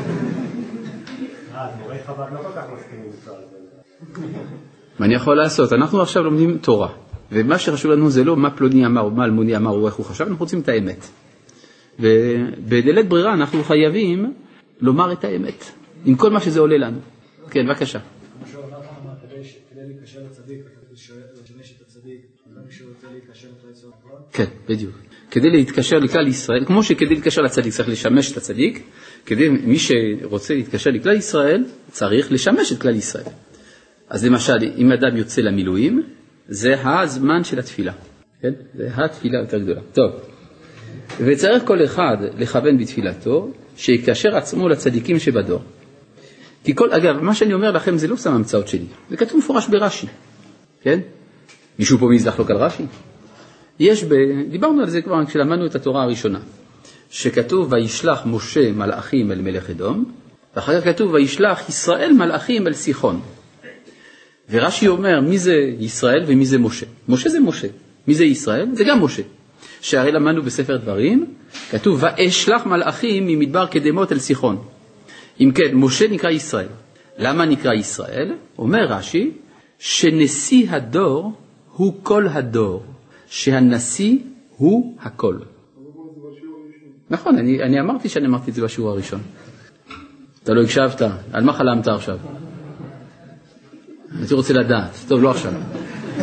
מורי חב"ד לא כל כך מסכימים לצער זה. מה אני יכול לעשות? אנחנו עכשיו לומדים תורה. ומה שחשוב לנו זה לא מה פלוני אמר או מה אלמוני אמר או איך הוא חשב, אנחנו רוצים את האמת. ובדלת ברירה אנחנו חייבים לומר את האמת, עם כל מה שזה עולה לנו. כן, בבקשה. כדי להיקשר לצדיק, לשמש את הצדיק, גם כשהוא רוצה להיקשר את הישראל. כן, בדיוק. כדי להתקשר לכלל ישראל, כמו שכדי להתקשר לצדיק צריך לשמש את הצדיק, מי שרוצה להתקשר לכלל ישראל צריך לשמש את כלל ישראל. אז למשל, אם אדם יוצא למילואים, זה הזמן של התפילה. כן? זה התפילה יותר גדולה. טוב. וצריך כל אחד לכוון בתפילתו, שיקשר עצמו לצדיקים שבדור. כי אגב, מה שאני אומר לכם זה לא סתם המצאות שלי. זה כתוב מפורש ברש"י. כן? מישהו פה מזדח לו על רש"י? דיברנו על זה כבר כשלמדנו את התורה הראשונה. שכתוב, וישלח משה מלאכים אל מלך אדום, ואחר כך כתוב, וישלח ישראל מלאכים אל סיחון. ורש"י אומר, מי זה ישראל ומי זה משה? משה זה משה. מי זה ישראל? זה גם משה. שהרי למדנו בספר דברים, כתוב, ואשלח מלאכים ממדבר קדמות אל סיחון. אם כן, משה נקרא ישראל. למה נקרא ישראל? אומר רש"י, שנשיא הדור הוא כל הדור, שהנשיא הוא הכל. נכון, אני אמרתי שאני אמרתי את זה בשיעור הראשון. אתה לא הקשבת, על מה חלמת עכשיו? הייתי רוצה לדעת, טוב, לא עכשיו.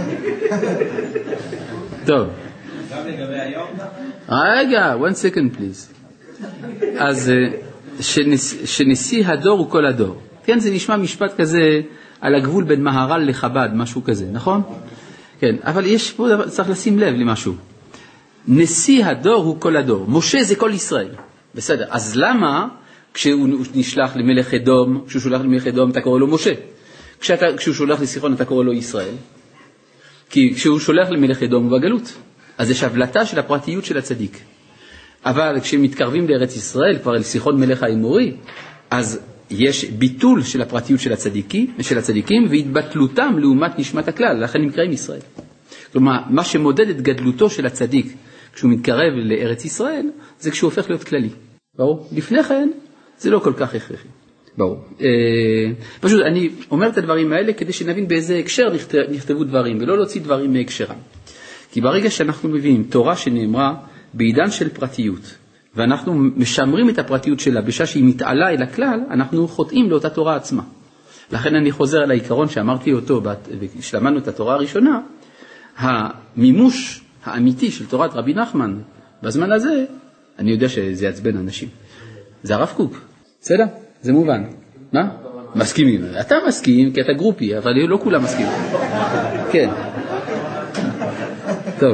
טוב. גם לגבי היום? רגע, one second please. אז שנשיא הדור הוא כל הדור. כן, זה נשמע משפט כזה על הגבול בין מהר"ל לחב"ד, משהו כזה, נכון? כן, אבל יש פה, צריך לשים לב למשהו. נשיא הדור הוא כל הדור. משה זה כל ישראל. בסדר, אז למה כשהוא נשלח למלך אדום, כשהוא שולח למלך אדום אתה קורא לו משה? כשהוא שולח לסיחון אתה קורא לו ישראל? כי כשהוא שולח למלך אדום הוא בגלות. אז יש הבלטה של הפרטיות של הצדיק. אבל כשמתקרבים לארץ ישראל, כבר אל סיחון מלך האמורי, אז יש ביטול של הפרטיות של הצדיקים והתבטלותם לעומת נשמת הכלל, לכן נקראים ישראל. כלומר, מה שמודד את גדלותו של הצדיק כשהוא מתקרב לארץ ישראל, זה כשהוא הופך להיות כללי. ברור? לפני כן, זה לא כל כך הכרחי. ברור. פשוט אני אומר את הדברים האלה כדי שנבין באיזה הקשר נכתבו דברים, ולא להוציא דברים מהקשרם. כי ברגע שאנחנו מביאים תורה שנאמרה בעידן של פרטיות, ואנחנו משמרים את הפרטיות שלה בשעה שהיא מתעלה אל הכלל, אנחנו חוטאים לאותה תורה עצמה. לכן אני חוזר על העיקרון שאמרתי אותו, כשלמדנו את התורה הראשונה, המימוש האמיתי של תורת רבי נחמן, בזמן הזה, אני יודע שזה יעצבן אנשים. זה הרב קוק, בסדר? זה מובן. מה? מסכימים. אתה מסכים כי אתה גרופי, אבל לא כולם מסכימים. כן. טוב.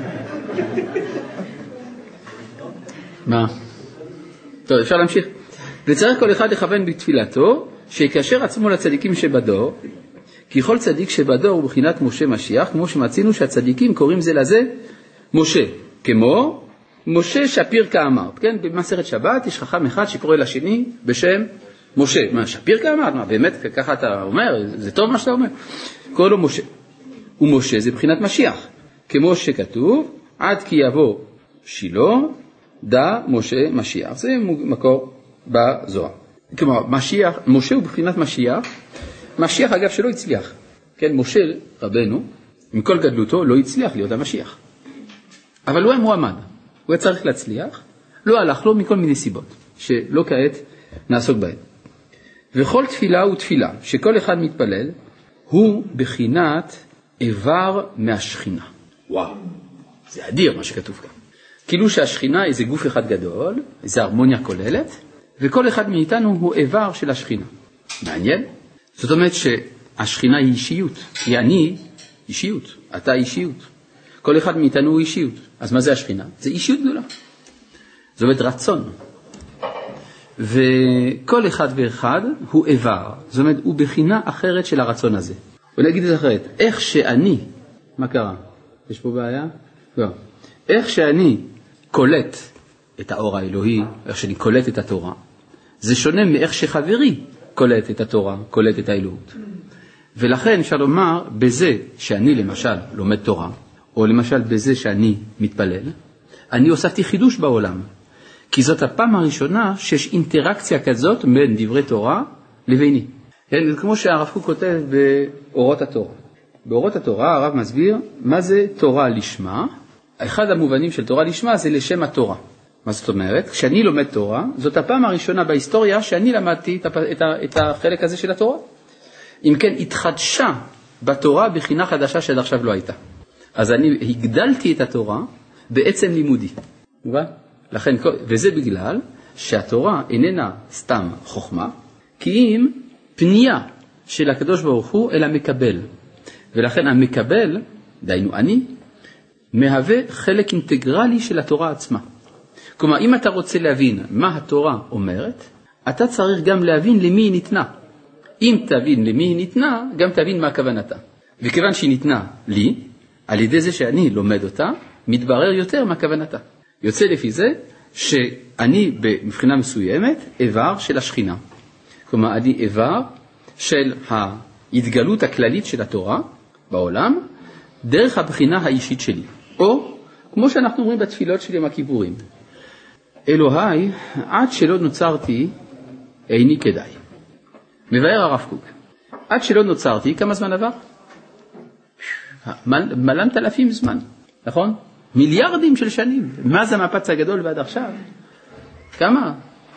מה? טוב, אפשר להמשיך. וצריך כל אחד לכוון בתפילתו, שיקשר עצמו לצדיקים שבדור, כי כל צדיק שבדור הוא בחינת משה משיח, כמו שמצינו שהצדיקים קוראים זה לזה משה, כמו משה שפיר כאמר. כן, במסכת שבת יש חכם אחד שקורא לשני בשם משה. מה, שפיר כאמר? מה, באמת ככה אתה אומר? זה טוב מה שאתה אומר? קורא לו משה. ומשה זה בחינת משיח, כמו שכתוב, עד כי יבוא שילה, דע משה משיח. זה מקור בזוהר. כלומר, משה הוא בחינת משיח, משיח אגב שלא הצליח. כן, משה רבנו, עם כל גדלותו, לא הצליח להיות המשיח. אבל הוא היה מועמד, הוא היה צריך להצליח, לא הלך לו מכל מיני סיבות, שלא כעת נעסוק בהן. וכל תפילה הוא תפילה, שכל אחד מתפלל, הוא בחינת איבר מהשכינה. וואו, זה אדיר מה שכתוב כאן. כאילו שהשכינה איזה גוף אחד גדול, איזה הרמוניה כוללת, וכל אחד מאיתנו הוא איבר של השכינה. מעניין? זאת אומרת שהשכינה היא אישיות, כי אני אישיות, אתה אישיות. כל אחד מאיתנו הוא אישיות. אז מה זה השכינה? זה אישיות גדולה. זאת אומרת רצון. וכל אחד ואחד הוא איבר. זאת אומרת, הוא בחינה אחרת של הרצון הזה. ונגיד את אחרת, איך שאני, מה קרה? יש פה בעיה? לא. איך שאני קולט את האור האלוהי, איך שאני קולט את התורה, זה שונה מאיך שחברי קולט את התורה, קולט את האלוהות. ולכן אפשר לומר, בזה שאני למשל לומד תורה, או למשל בזה שאני מתפלל, אני הוספתי חידוש בעולם. כי זאת הפעם הראשונה שיש אינטראקציה כזאת בין דברי תורה לביני. כמו שהרב קוק כותב באורות התורה. באורות התורה הרב מסביר מה זה תורה לשמה. אחד המובנים של תורה לשמה זה לשם התורה. מה זאת אומרת? כשאני לומד תורה, זאת הפעם הראשונה בהיסטוריה שאני למדתי את החלק הזה של התורה. אם כן, התחדשה בתורה בחינה חדשה שעד עכשיו לא הייתה. אז אני הגדלתי את התורה בעצם לימודי. לכן, וזה בגלל שהתורה איננה סתם חוכמה, כי אם פנייה של הקדוש ברוך הוא אל המקבל. ולכן המקבל, דיינו אני, מהווה חלק אינטגרלי של התורה עצמה. כלומר, אם אתה רוצה להבין מה התורה אומרת, אתה צריך גם להבין למי היא ניתנה. אם תבין למי היא ניתנה, גם תבין מה כוונתה. וכיוון שהיא ניתנה לי, על ידי זה שאני לומד אותה, מתברר יותר מה כוונתה. יוצא לפי זה שאני מבחינה מסוימת איבר של השכינה. כלומר, אני איבר של ההתגלות הכללית של התורה בעולם, דרך הבחינה האישית שלי. או, כמו שאנחנו אומרים בתפילות של יום הכיפורים, אלוהי, עד שלא נוצרתי, איני כדאי. מבאר הרב קוק. עד שלא נוצרתי, כמה זמן עבר? מלנת אלפים זמן, נכון? מיליארדים של שנים. מה זה המפץ הגדול ועד עכשיו? כמה?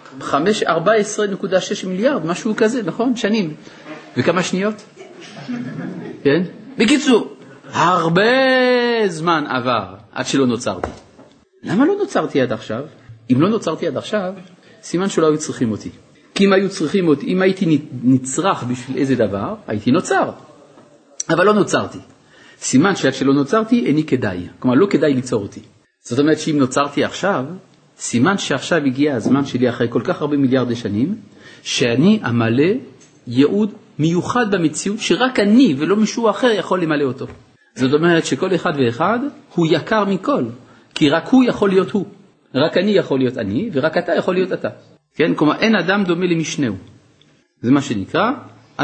14.6 מיליארד, משהו כזה, נכון? שנים. וכמה שניות? כן? בקיצור, הרבה זמן עבר עד שלא נוצרתי. למה לא נוצרתי עד עכשיו? אם לא נוצרתי עד עכשיו, סימן שלא היו צריכים אותי. כי אם היו צריכים אותי, אם הייתי נצרך בשביל איזה דבר, הייתי נוצר. אבל לא נוצרתי. סימן שעד שלא נוצרתי, איני כדאי. כלומר, לא כדאי ליצור אותי. זאת אומרת שאם נוצרתי עכשיו, סימן שעכשיו הגיע הזמן שלי אחרי כל כך הרבה מיליארדי שנים, שאני אמלא ייעוד מיוחד במציאות, שרק אני ולא מישהו אחר יכול למלא אותו. זאת אומרת שכל אחד ואחד הוא יקר מכל, כי רק הוא יכול להיות הוא. רק אני יכול להיות אני, ורק אתה יכול להיות אתה. כן? כלומר, אין אדם דומה למשנהו. זה מה שנקרא,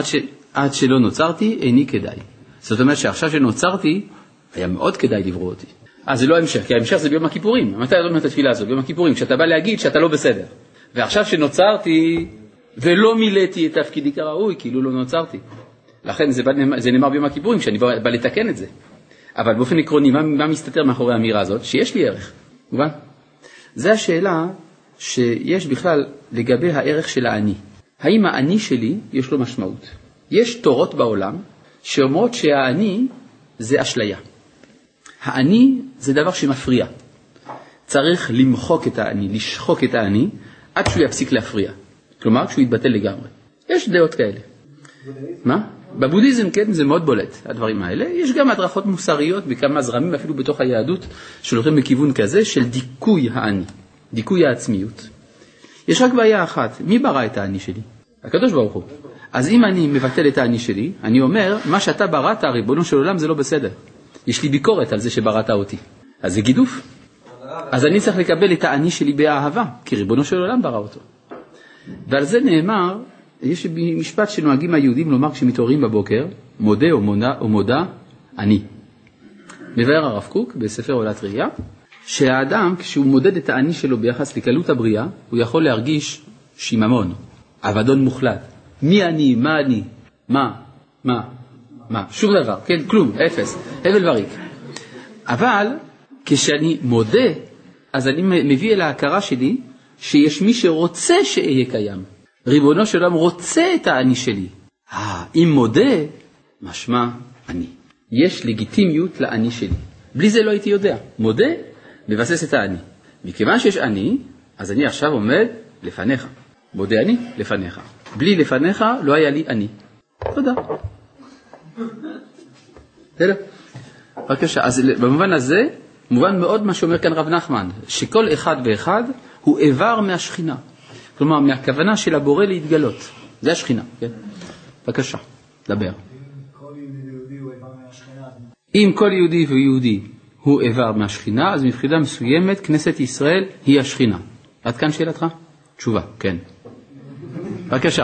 עד שלא נוצרתי, איני כדאי. זאת אומרת שעכשיו שנוצרתי, היה מאוד כדאי לברוא אותי. אז זה לא המשך, כי המשך זה ביום הכיפורים. מתי אתה אומר את התפילה הזו? ביום הכיפורים, כשאתה בא להגיד שאתה לא בסדר. ועכשיו שנוצרתי, ולא מילאתי את תפקידי כראוי, כאילו לא נוצרתי. לכן זה נאמר ביום הכיפורים, שאני בא לתקן את זה. אבל באופן עקרוני, מה מסתתר מאחורי האמירה הזאת? שיש לי ערך. מובן? זו השאלה שיש בכלל לגבי הערך של האני. האם האני שלי יש לו משמעות? יש תורות בעולם שאומרות שהאני זה אשליה. האני זה דבר שמפריע. צריך למחוק את האני, לשחוק את האני, עד שהוא יפסיק להפריע. כלומר, כשהוא יתבטל לגמרי. יש דעות כאלה. מה? בבודהיזם, כן, זה מאוד בולט, הדברים האלה. יש גם הדרכות מוסריות בכמה זרמים, אפילו בתוך היהדות, שהולכים בכיוון כזה של דיכוי האני, דיכוי העצמיות. יש רק בעיה אחת, מי ברא את האני שלי? הקדוש ברוך הוא. אז אם אני מבטל את האני שלי, אני אומר, מה שאתה בראת, ריבונו של עולם, זה לא בסדר. יש לי ביקורת על זה שבראת אותי. אז זה גידוף. אז אני צריך לקבל את האני שלי באהבה, כי ריבונו של עולם ברא אותו. ועל זה נאמר, יש משפט שנוהגים היהודים לומר כשמתעוררים בבוקר, מודה או מודה, אני. מבאר הרב קוק בספר עולת ראייה, שהאדם כשהוא מודד את האני שלו ביחס לקלות הבריאה, הוא יכול להרגיש שיממון, אבדון מוחלט. מי אני? מה אני? מה? שום דבר, כן? כלום, אפס, הבל וריק. אבל כשאני מודה, אז אני מביא אל ההכרה שלי שיש מי שרוצה שאהיה קיים. ריבונו של עולם רוצה את האני שלי. אם מודה, משמע אני. יש לגיטימיות לאני שלי. בלי זה לא הייתי יודע. מודה, מבסס את האני. מכיוון שיש אני, אז אני עכשיו עומד לפניך. מודה אני לפניך. בלי לפניך לא היה לי אני. תודה. תודה. בבקשה, אז במובן הזה, מובן מאוד מה שאומר כאן רב נחמן, שכל אחד ואחד הוא איבר מהשכינה. כלומר, מהכוונה של הבורא להתגלות. זה השכינה, כן? בבקשה, דבר. אם כל יהודי ויהודי הוא איבר מהשכינה, אז מבחינה מסוימת, כנסת ישראל היא השכינה. עד כאן שאלתך? תשובה, כן. בבקשה.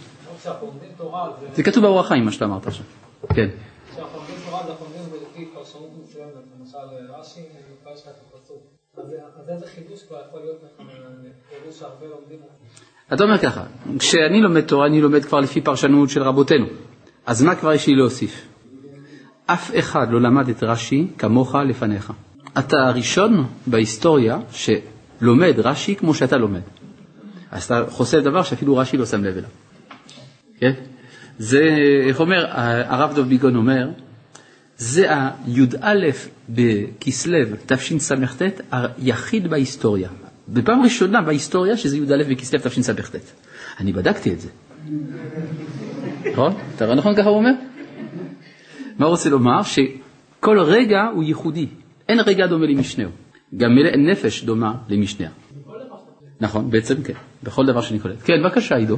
זה כתוב באור החיים, מה שאתה אמרת עכשיו. כן. כשאנחנו עומדים תורה, אנחנו עומדים ולפי פרשנות מסוימת, למשל רש"י, מפרש ככה פסוק. אז איזה חידוש כבר יכול להיות חידוש שהרבה לומדים? אתה אומר ככה, כשאני לומד תורה, אני לומד כבר לפי פרשנות של רבותינו. אז מה כבר יש לי להוסיף? אף אחד לא למד את רש"י כמוך לפניך. אתה הראשון בהיסטוריה שלומד רש"י כמו שאתה לומד. אז אתה חוסר דבר שאפילו רש"י לא שם לב אליו. כן? זה, איך אומר, הרב דב ביגון אומר, זה הי"א בכסלו תשס"ט היחיד בהיסטוריה. בפעם ראשונה בהיסטוריה שזה י"א בכסלו תשס"ט. אני בדקתי את זה. נכון? אתה רואה נכון ככה הוא אומר? מה רוצה לומר? שכל רגע הוא ייחודי. אין רגע דומה למשנהו. גם נפש דומה למשניה. נכון, בעצם כן. בכל דבר שאני קולט. כן, בבקשה, עידו.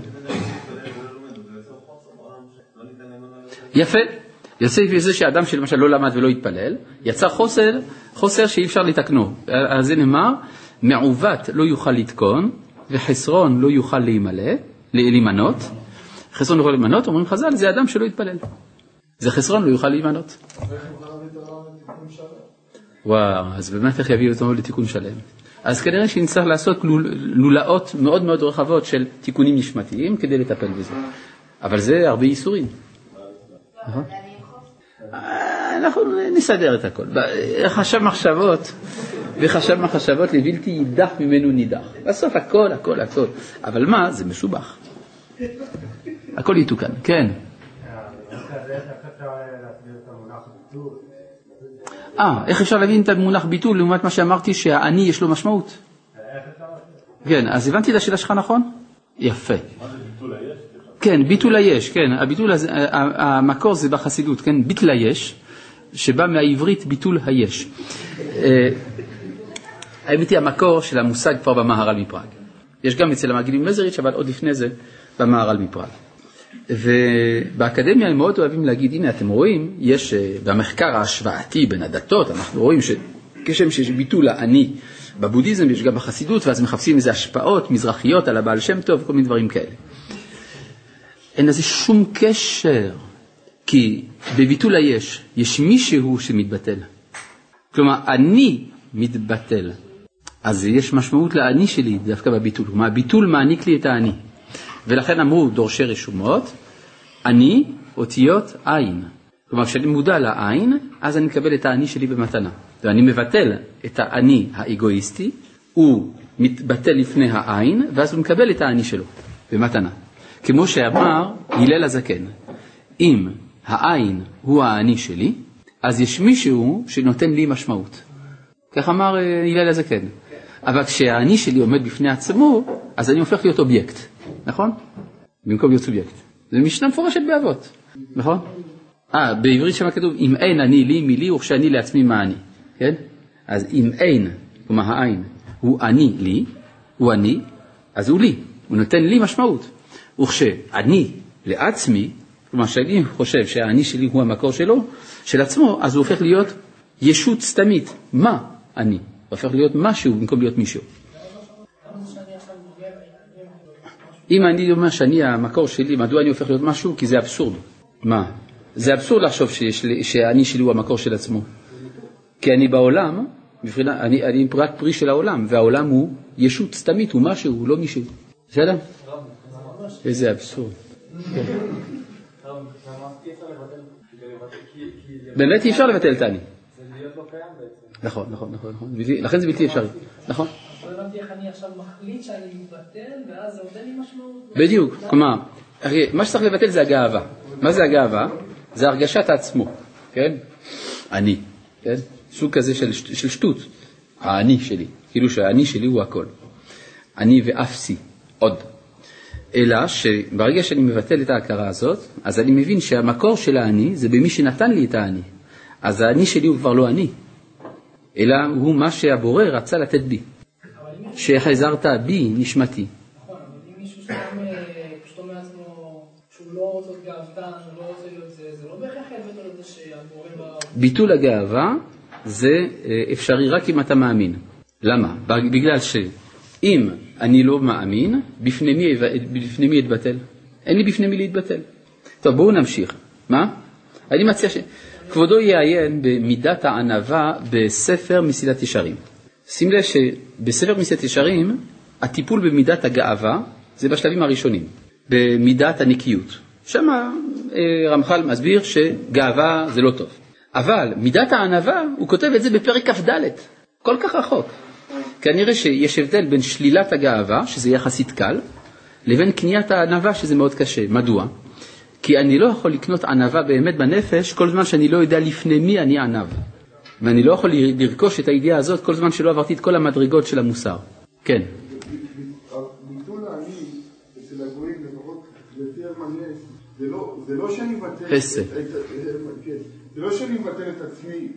יפה. יוצא לפי זה שאדם שלמשל לא למד ולא התפלל, יצא חוסר שאי אפשר לתקנו. אז זה נאמר, מעוות לא יוכל לתקון, וחסרון לא יוכל להימנות. חסרון לא יוכל להימנות, אומרים חז"ל, זה אדם שלא התפלל. זה חסרון לא יוכל להימנות. וואו, אז באמת איך יביא אותו לתיקון שלם? אז כנראה שנצטרך לעשות לולאות מאוד מאוד רחבות של תיקונים נשמתיים כדי לטפל בזה. אבל זה הרבה איסורים. אנחנו נסדר את הכל. חשב מחשבות לבלתי יידח ממנו נידח. בסוף הכל. אבל מה? זה משובח. הכל יתוקן. כן. איך אפשר להסביר את המונח ביטול? איך אפשר להבין את המונח ביטול לעומת מה שאמרתי שהאני יש לו משמעות? כן, אז הבנתי את השאלה שלך נכון? יפה. מה זה ביטול היש? כן, ביטול היש, כן, הביטול הזה, המקור זה בחסידות, כן, ביטול היש, שבא מהעברית ביטול היש. האמת היא המקור של המושג כבר במהר"ל מפראג. יש גם אצל המגילים מזריץ', אבל עוד לפני זה במהר"ל מפראג. ובאקדמיה הם מאוד אוהבים להגיד, הנה אתם רואים, יש במחקר ההשוואתי בין הדתות, אנחנו רואים שכשם שיש ביטול האני בבודהיזם, יש גם בחסידות, ואז מחפשים איזה השפעות מזרחיות על הבעל שם טוב, כל מיני דברים כאלה. אין לזה שום קשר, כי בביטול היש, יש מישהו שמתבטל. כלומר, אני מתבטל. אז יש משמעות לאני שלי דווקא בביטול. כלומר, הביטול מעניק לי את האני. ולכן אמרו דורשי רשומות, אני אותיות עין. כלומר, כשאני מודע לעין, אז אני מקבל את האני שלי במתנה. ואני מבטל את האני האגואיסטי, הוא מתבטל לפני העין, ואז הוא מקבל את האני שלו במתנה. כמו שאמר הלל הזקן, אם העין הוא האני שלי, אז יש מישהו שנותן לי משמעות. כך אמר הלל הזקן. אבל כשהאני שלי עומד בפני עצמו, אז אני הופך להיות אובייקט. נכון? במקום להיות סובייקט. זה משנה מפורשת באבות. נכון? בעברית שמה כתוב, אם אין אני לי מילי, וכשאני לעצמי מה אני. כן? אז אם אין, כלומר העין, הוא אני לי, הוא אני, אז הוא לי. הוא נותן לי משמעות. וכשאני לעצמי, כלומר שאני חושב שהאני שלי הוא המקור שלו, של עצמו, אז הוא הופך להיות ישות סתמית. מה אני? הוא הופך להיות משהו במקום להיות מישהו. אם אני אומר שאני המקור שלי, מדוע אני הופך להיות משהו? כי זה אבסורד. מה? זה אבסורד לחשוב שהאני שלי הוא המקור של עצמו. כי אני בעולם, אני רק פרי של העולם, והעולם הוא ישות סתמית, הוא משהו, הוא לא מישהו. בסדר? איזה אבסורד. באמת אי אפשר לבטל את האני. זה להיות לא קיים בעצם. נכון. לכן זה בלתי אפשרי. נכון. לא הבנתי איך אני עכשיו מחליט שאני מתבטל, ואז זה עושה לי משמעות. בדיוק. כלומר, מה שצריך לבטל זה הגאווה. מה זה הגאווה? זה הרגשת העצמו. כן? אני. כן? סוג כזה של שטות. האני שלי. כאילו שהאני שלי הוא הכל. אני ואפסי. עוד. אלא שברגע שאני מבטל את ההכרה הזאת, אז אני מבין שהמקור של האני זה במי שנתן לי את האני. אז האני שלי הוא כבר לא אני, אלא הוא מה שהבורא רצה לתת בי. שחזרת בי נשמתי. נכון, אבל אם מישהו שגם פשוט אומר לעצמו שהוא לא רוצה להיות גאוותן, הוא לא רוצה להיות זה לא בהכרח יבטל את זה שהבורא... ביטול הגאווה זה אפשרי רק אם אתה מאמין. למה? בגלל שאם אני לא מאמין, בפני מי יתבטל? אין לי בפני מי להתבטל. טוב, בואו נמשיך. מה? אני מציע כבודו יעיין במידת הענווה בספר מסילת ישרים. שים לב שבספר מסילת ישרים, הטיפול במידת הגאווה זה בשלבים הראשונים, במידת הנקיות. שם רמח"ל מסביר שגאווה זה לא טוב. אבל מידת הענווה, הוא כותב את זה בפרק כ"ד, כל כך רחוק. כנראה שיש הבדל בין שלילת הגאווה, שזה יחסית קל, לבין קניית הענווה, שזה מאוד קשה. מדוע? כי אני לא יכול לקנות ענווה באמת בנפש, כל זמן שאני לא יודע לפני מי אני ענב. ואני לא יכול לרכוש את הידיעה הזאת, כל זמן שלא עברתי את כל המדרגות של המוסר. כן. ביטול האני, אצל הגויים, לפחות לפי המנס, זה לא שאני מבטל... חסד. זה לא שאני מבטל את עצמי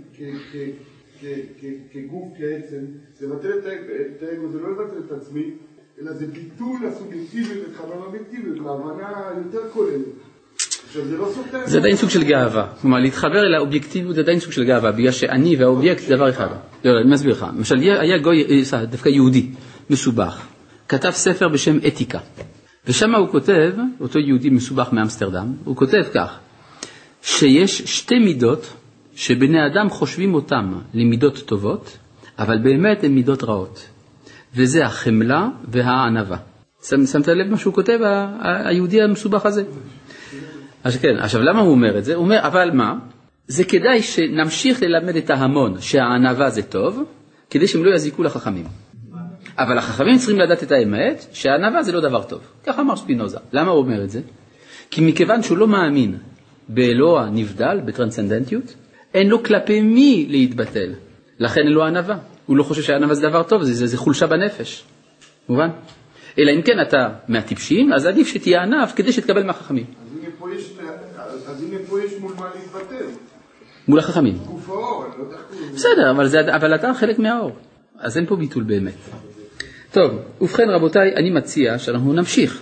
כגוף, כעצם, זה לבטל את האגו, זה לא לבטל את עצמי, אלא זה ביטול הסובייקטיביות, את חוויה אובייקטיביות, להבנה יותר כוללת. זה עדיין סוג של גאווה. כלומר, להתחבר אל האובייקטיביות זה עדיין סוג של גאווה, בגלל שאני והאובייקט זה דבר אחד. לא, אני מסביר לך. למשל, היה גוי, דווקא יהודי, מסובך. כתב ספר בשם אתיקה. ושם הוא כותב, אותו יהודי מסובך מאמסטרדם, הוא כותב כך, שיש שתי מידות שבני אדם חושבים אותם למידות טובות, אבל באמת הן מידות רעות. וזה החמלה והענווה. שמת לב מה שהוא כותב, היהודי המסובך הזה? עכשיו, למה הוא אומר את זה? הוא אומר, אבל מה? זה כדאי שנמשיך ללמד את ההמון שהענווה זה טוב, כדי שהם לא יזיקו לחכמים. אבל החכמים צריכים לדעת את האמת, שהענווה זה לא דבר טוב. כך אמר ספינוזה. למה הוא אומר את זה? כי מכיוון שהוא לא מאמין באלוה נבדל, בטרנסצנדנטיות, אין לו כלפי מי להתבטל. לכן אין לו ענווה. הוא לא חושב שהענווה זה דבר טוב, זה חולשה בנפש. מובן? אלא אם כן אתה מהטיפשים, אז עדיף שתהיה ענב כדי שתקבל מהחכמים. אז הנה פה יש מול מה להתבטל. מול החכמים. גוף האור, אני לא יודע איך... בסדר, אבל אתה חלק מהאור. אז אין פה ביטול באמת. טוב, ובכן רבותיי, אני מציע שאנחנו נמשיך.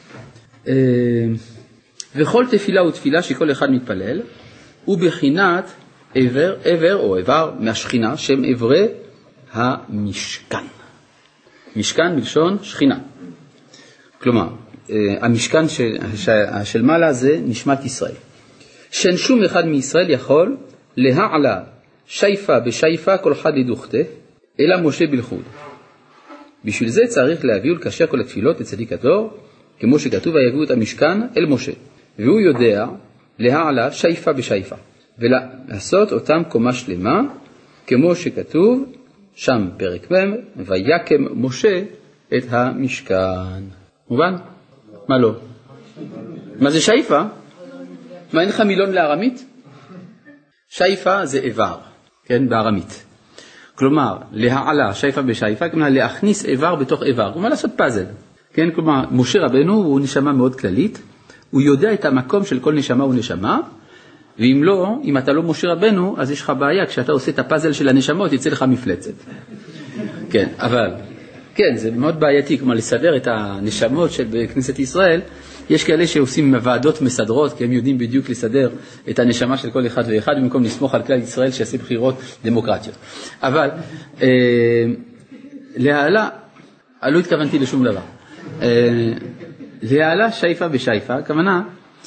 וכל תפילה ותפילה שכל אחד מתפלל, הוא בחינת עבר או איבר מהשכינה, שהם עברי המשכן. משכן מלשון שכינה. כלומר, המשכן של מעלה זה נשמת ישראל. שאין שום אחד מישראל יכול להעלה שייפה בשייפה כל אחד לדוכתה, אלא משה בלחוד. בשביל זה צריך להביא ולקשר כל התפילות לצדיק הדור, כמו שכתוב ויביאו את המשכן אל משה. והוא יודע להעלה שייפה בשייפה, ולעשות אותם קומה שלמה, כמו שכתוב שם פרק מ' ויקם משה את המשכן. מובן? מה לא? מה זה שייפה? מה אין לך מילון לארמית? שייפה זה איבר, כן, בארמית. כלומר, להעלה שייפה בשייפה, כלומר להכניס איבר בתוך איבר, כלומר לעשות פאזל. כן, כלומר, משה רבנו הוא נשמה מאוד כללית, הוא יודע את המקום של כל נשמה ונשמה, ואם לא, אם אתה לא משה רבנו, אז יש לך בעיה, כשאתה עושה את הפאזל של הנשמות, יצא לך מפלצת. כן, אבל, כן, זה מאוד בעייתי, כלומר, לסדר את הנשמות של כנסת ישראל, יש כאלה שעושים ועדות מסדרות, כי הם יודעים בדיוק לסדר את הנשמה של כל אחד ואחד, במקום לסמוך על כלל ישראל שיעשה בחירות דמוקרטיות. אבל, להעלה, לא התכוונתי לשום דבר. להעלה שייפה בשייפה, הכוונה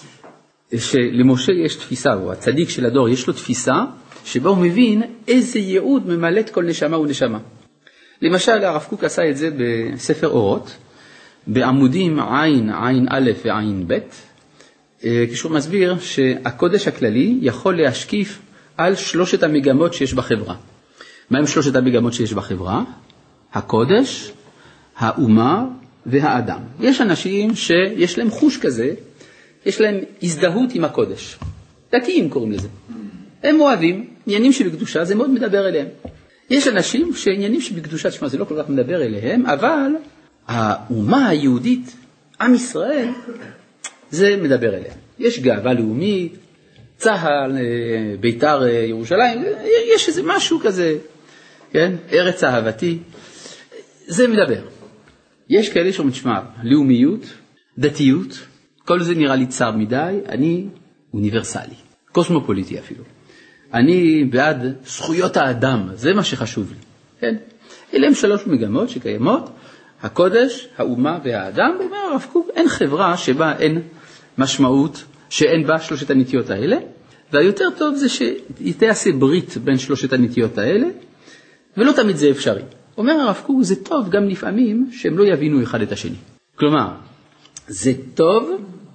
שלמשה יש תפיסה, או הצדיק של הדור יש לו תפיסה, שבה הוא מבין איזה ייעוד ממלאת כל נשמה ונשמה. למשל, הרב קוק עשה את זה בספר אורות, בעמודים עין א' ועין ב', כשהוא מסביר שהקודש הכללי יכול להשקיף על שלושת המגמות שיש בחברה. מהם שלושת המגמות שיש בחברה? הקודש, האומה והאדם. יש אנשים שיש להם חוש כזה, יש להם הזדהות עם הקודש. דתיים קוראים לזה. הם אוהבים, עניינים שבקדושה זה מאוד מדבר אליהם. יש אנשים שעניינים שבקדושת שמה זה לא כל כך מדבר אליהם, אבל האומה היהודית, עם ישראל, זה מדבר אליהם. יש גאווה לאומית, צהל, ביתר ירושלים, יש איזה משהו כזה, כן? ארץ אהבתי, זה מדבר. יש כאלה שמשמע, לאומיות, דתיות, כל זה נראה לי צר מדי, אני אוניברסלי, קוסמופוליטי אפילו. אני בעד זכויות האדם, זה מה שחשוב לי. כן? אלה הם שלוש מגמות שקיימות, הקודש, האומה והאדם, ואומר הרב קוק, אין חברה שבה אין משמעות, שאין בה שלושת הנטיות האלה, והיותר טוב זה שתעשה ברית בין שלושת הנטיות האלה, ולא תמיד זה אפשרי. אומר הרב קוק, זה טוב גם לפעמים שהם לא יבינו אחד את השני. כלומר, זה טוב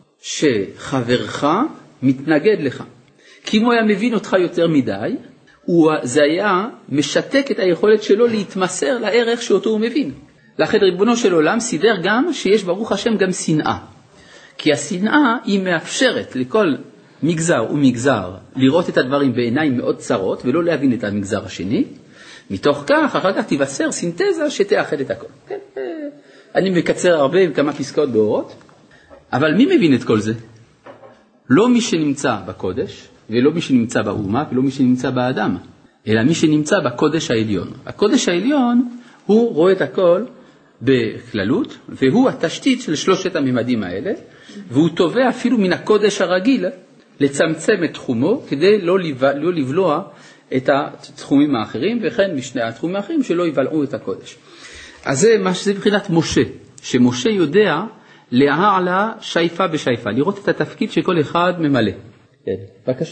שחברך מתנגד לך. כי אם הוא היה מבין אותך יותר מדי, זה היה משתק את היכולת שלו להתמסר לערך שאותו הוא מבין. לכן ריבונו של עולם סידר גם שיש ברוך השם גם שנאה. כי השנאה היא מאפשרת לכל מגזר ומגזר לראות את הדברים בעיניים מאוד צרות ולא להבין את המגזר השני. מתוך כך אחר כך תיווסר סינתזה שתאחד את הכל. כן? אני מקצר הרבה כמה פסקאות באורות, אבל מי מבין את כל זה? לא מי שנמצא בקודש, ולא מי שנמצא באומה, ולא מי שנמצא באדם, אלא מי שנמצא בקודש העליון. הקודש העליון הוא רואה את הכל בכללות, והוא התשתית של שלושת הממדים האלה, והוא תובע אפילו מן הקודש הרגיל לצמצם את תחומו, כדי לא לבלוע את התחומים האחרים, וכן משני התחומים האחרים שלא יבלעו את הקודש. אז זה מה שזה מבחינת משה, שמשה יודע להעלה שייפה בשייפה, לראות את התפקיד שכל אחד ממלא. כן, בבקשה.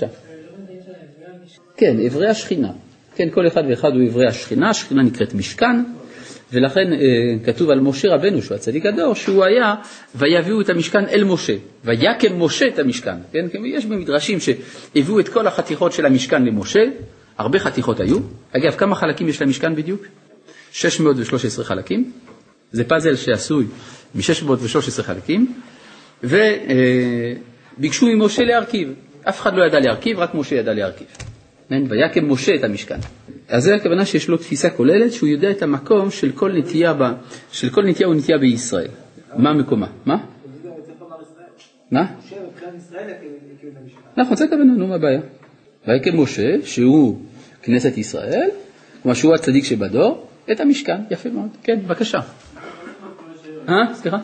כן, עברי השכינה. כן, כל אחד ואחד הוא עברי השכינה, השכינה נקראת משכן, ולכן כתוב על משה רבנו, שהוא הצדיק הדור, שהוא היה, ויביאו את המשכן אל משה, ויקם משה את המשכן. כן, יש במדרשים שהביאו את כל החתיכות של המשכן למשה, הרבה חתיכות היו. אגב, כמה חלקים יש למשכן בדיוק? 613 חלקים. זה פאזל שעשוי מ-613 חלקים, וביקשו ממשה להרכיב. אף אחד לא ידע להרכיב, רק משה ידע להרכיב. ויקם משה את המשכן. אז זה הכוונה שיש לו תפיסה כוללת, שהוא יודע את המקום של כל נטייה ונטייה בישראל. מה מקומה? מה? מה? נכון, זה הכוונה, נו, מה הבעיה? ויקם משה, שהוא כנסת ישראל, כמו שהוא הצדיק שבדור, את המשכן. יפה מאוד. כן, בבקשה. סליחה?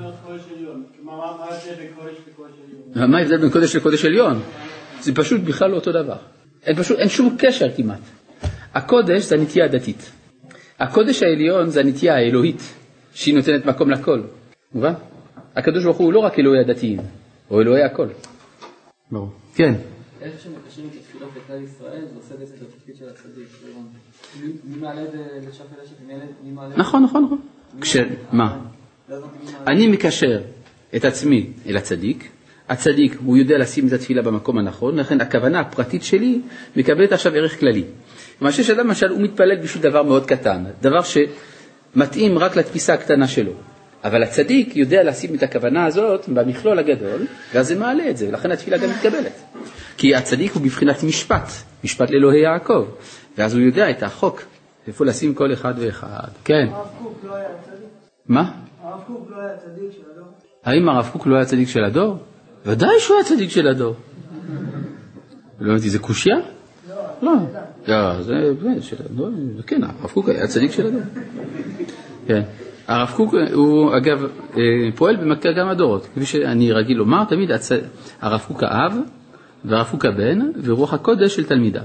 מה ההבדל בין קודש לקודש עליון? זה פשוט בכלל לא אותו דבר. אין שום קשר כמעט. הקודש זה הנטייה הדתית. הקודש העליון זה הנטייה האלוהית, שהיא נותנת מקום לכל. מובן? הקדוש ברוך הוא לא רק אלוהי הדתיים, הוא אלוהי הכל. ברור. כן. איך שמקשרים את התפילות לכלל ישראל, זה עושה בעצם את התפקיד של הצדיק. מי מעלה את לשפל השם? מי מעלה... נכון. מה? אני מקשר את עצמי אל הצדיק, הצדיק הוא יודע לשים את התפילה במקום הנכון, לכן הכוונה הפרטית שלי מקבלת עכשיו ערך כללי. מה שיש אדם למשל הוא מתפלל בשביל דבר מאוד קטן, דבר שמתאים רק לתפיסה הקטנה שלו, אבל הצדיק יודע לשים את הכוונה הזאת במכלול הגדול, ואז זה מעלה את זה, ולכן התפילה גם מתקבלת. כי הצדיק הוא בבחינת משפט לאלוהי יעקב, ואז הוא יודע את החוק, איפה לשים כל אחד ואחד. כן. הרב קוק לא היה צדיק? מה? הרב קוק לא היה צדיק של הדור? האם הרב קוק לא היה צדיק של הדור? ודאי שהוא היה צדיק של הדור. לא אמרתי, זה קושיה? לא. זה של הדור. כן, הרב קוק היה צדיק של הדור. כן. הרב קוק הוא אגב פועל במכה גם הדורות. כפי שאני רגיל לומר, תמיד הרב קוק האב והרב קוק הבן ורוח הקודש של תלמידיו.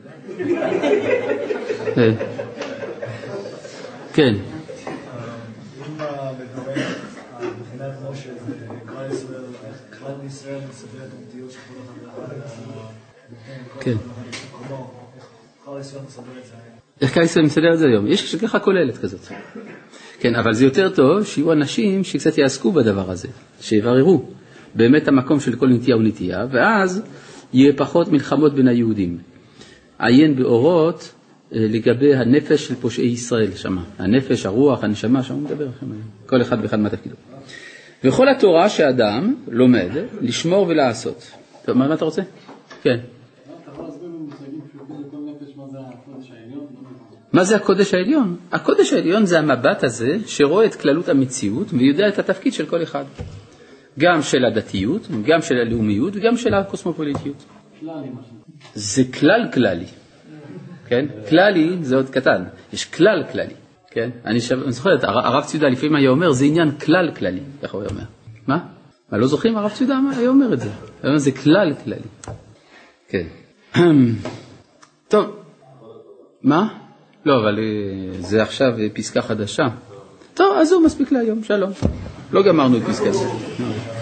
כן. ישראל מסדר את המתיות של כל החברה. כן. כלל ישראל מסדר את זה. איך כלל ישראל מסדר את זה היום? יש ככה כוללת כזאת. כן, אבל זה יותר טוב שיהיו אנשים שקצת יעסקו בדבר הזה, שיבררו באמת המקום של כל נטייה ונטייה, ואז יהיה פחות מלחמות בין היהודים. עיין באורות לגבי הנפש של פושעי ישראל שמה. הנפש, הרוח, הנשמה, שם הוא מדבר לכם היום. כל אחד באחד מהתפקידו. וכל התורה שאדם לומד לשמור ולעשות. טוב, מה אתה רוצה? כן. מה זה הקודש העליון? הקודש העליון זה המבט הזה שרואה את כללות המציאות ויודע את התפקיד של כל אחד. גם של הדתיות, גם של הלאומיות וגם של הקוסמופוליטיות. זה כלל כללי. כן? כללי זה עוד קטן. יש כלל כללי. כן? אני זוכרת, הרב ציודה לפעמים היה אומר, זה עניין כלל כללי, איך הוא אומר. מה? מה, לא זוכרים? הרב ציודה היה אומר את זה. הוא אומר, זה כלל כללי. כן. טוב. מה? לא, אבל זה עכשיו פסקה חדשה. טוב, אז הוא מספיק להיום, שלום. לא גמרנו את פסקה הזאת.